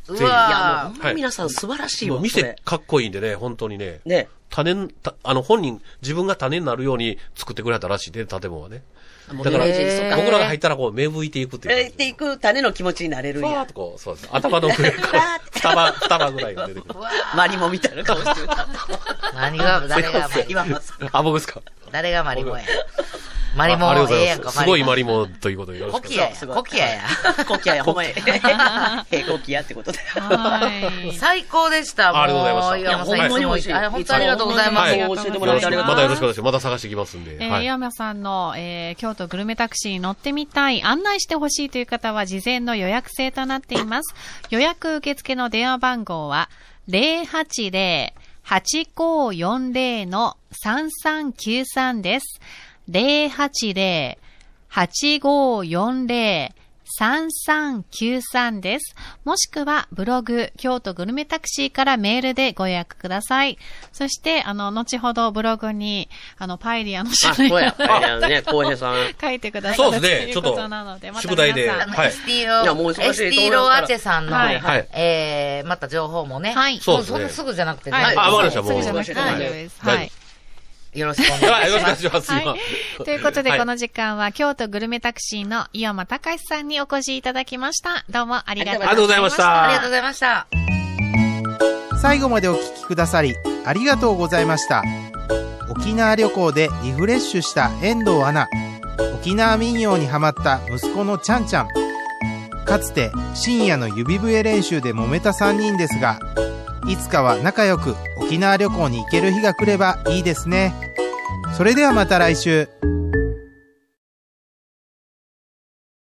A: う
E: ぜひ。
C: いや、もう
A: わ
C: ほんま皆さん素晴らしいわ、
E: もう店かっこいいんでね、本当にね。
C: ね。
E: 種、たあの、本人、自分が種になるように作ってくれたらしいね、建物はね。
C: もう
E: だから、
C: イメージそうか
E: 僕らが入ったらこう、芽吹いていくっていう
C: え
E: 感じ。
C: っていく種の気持ちになれるんや
E: ふわーっと。こう、そうです。頭の上から、二葉、二葉ぐらいが出てくる。
C: マリモみたいな顔してる。
A: 何が、誰がマリモ
C: 今まさ
E: あ、僕ですか。
A: 誰がマリモや。マリモ
E: あありがとうございます。
A: ええやんか、
E: すごいマリモということでよろしくお願い
A: コキアや
E: します。。
A: コキアや。
C: コキアや、ほんまに。へコキアってことで。
D: はい。
A: 最高でした。もう
E: ありがとうございました
A: 岩間さん、
C: いやほんまに
A: いつも
C: 美味しい
A: あ本当ありがとうございます。
E: はい
C: 教えてもらってありがとう
E: またよろしくお願いします。また探してきますんで。
D: えー
E: はい。
D: 山さんの、えー京都グルメタクシーに乗ってみたい、案内してほしいという方は事前の予約制となっています。予約受付の電話番号は ゼロはちゼロ はちごよんゼロ のさんさんきゅうさんです。ゼロはちゼロ はちごよんゼロ さんさんきゅうさんです。もしくはブログ、京都グルメタクシーからメールでご予約ください。そして、あの、後ほどブログに、あの、パエリアの
C: あ、
D: 種
C: そうや。
D: 類を
C: あれね、浩平さん。
D: 書いてくださ
E: そう
D: る
E: ですねちょっと
D: ということなので、また
E: 宿題で
D: 皆さん
A: あの、
E: はい
A: エスティ
C: いや
A: ロ、
C: もう忙しい
A: エスティロアチェさんの、
D: はい
E: はい
A: えー、また情報もね。
D: はい
E: そうですね
A: もそんなすぐじゃなくてね。
D: はい。
E: あわかりましたもう
D: すぐじゃなくて大丈夫です。はい。
A: よろしくお願
E: はいい、よろ
A: します。
E: しくお願いします。今
D: はい。ということで、
E: はい
D: この時間は、京都グルメタクシーの井山隆さんにお越しいただきました。どうもありがとうございました。
E: ありがとうございました
A: ありがとうございました。
B: 最後までお聞きくださりありがとうございました。沖縄旅行でリフレッシュした遠藤アナ、沖縄民謡にハマった息子のちゃんちゃん、かつて深夜の指笛練習で揉めたさんにんですが、いつかは仲良く沖縄旅行に行ける日が来ればいいですね。それではまた来週。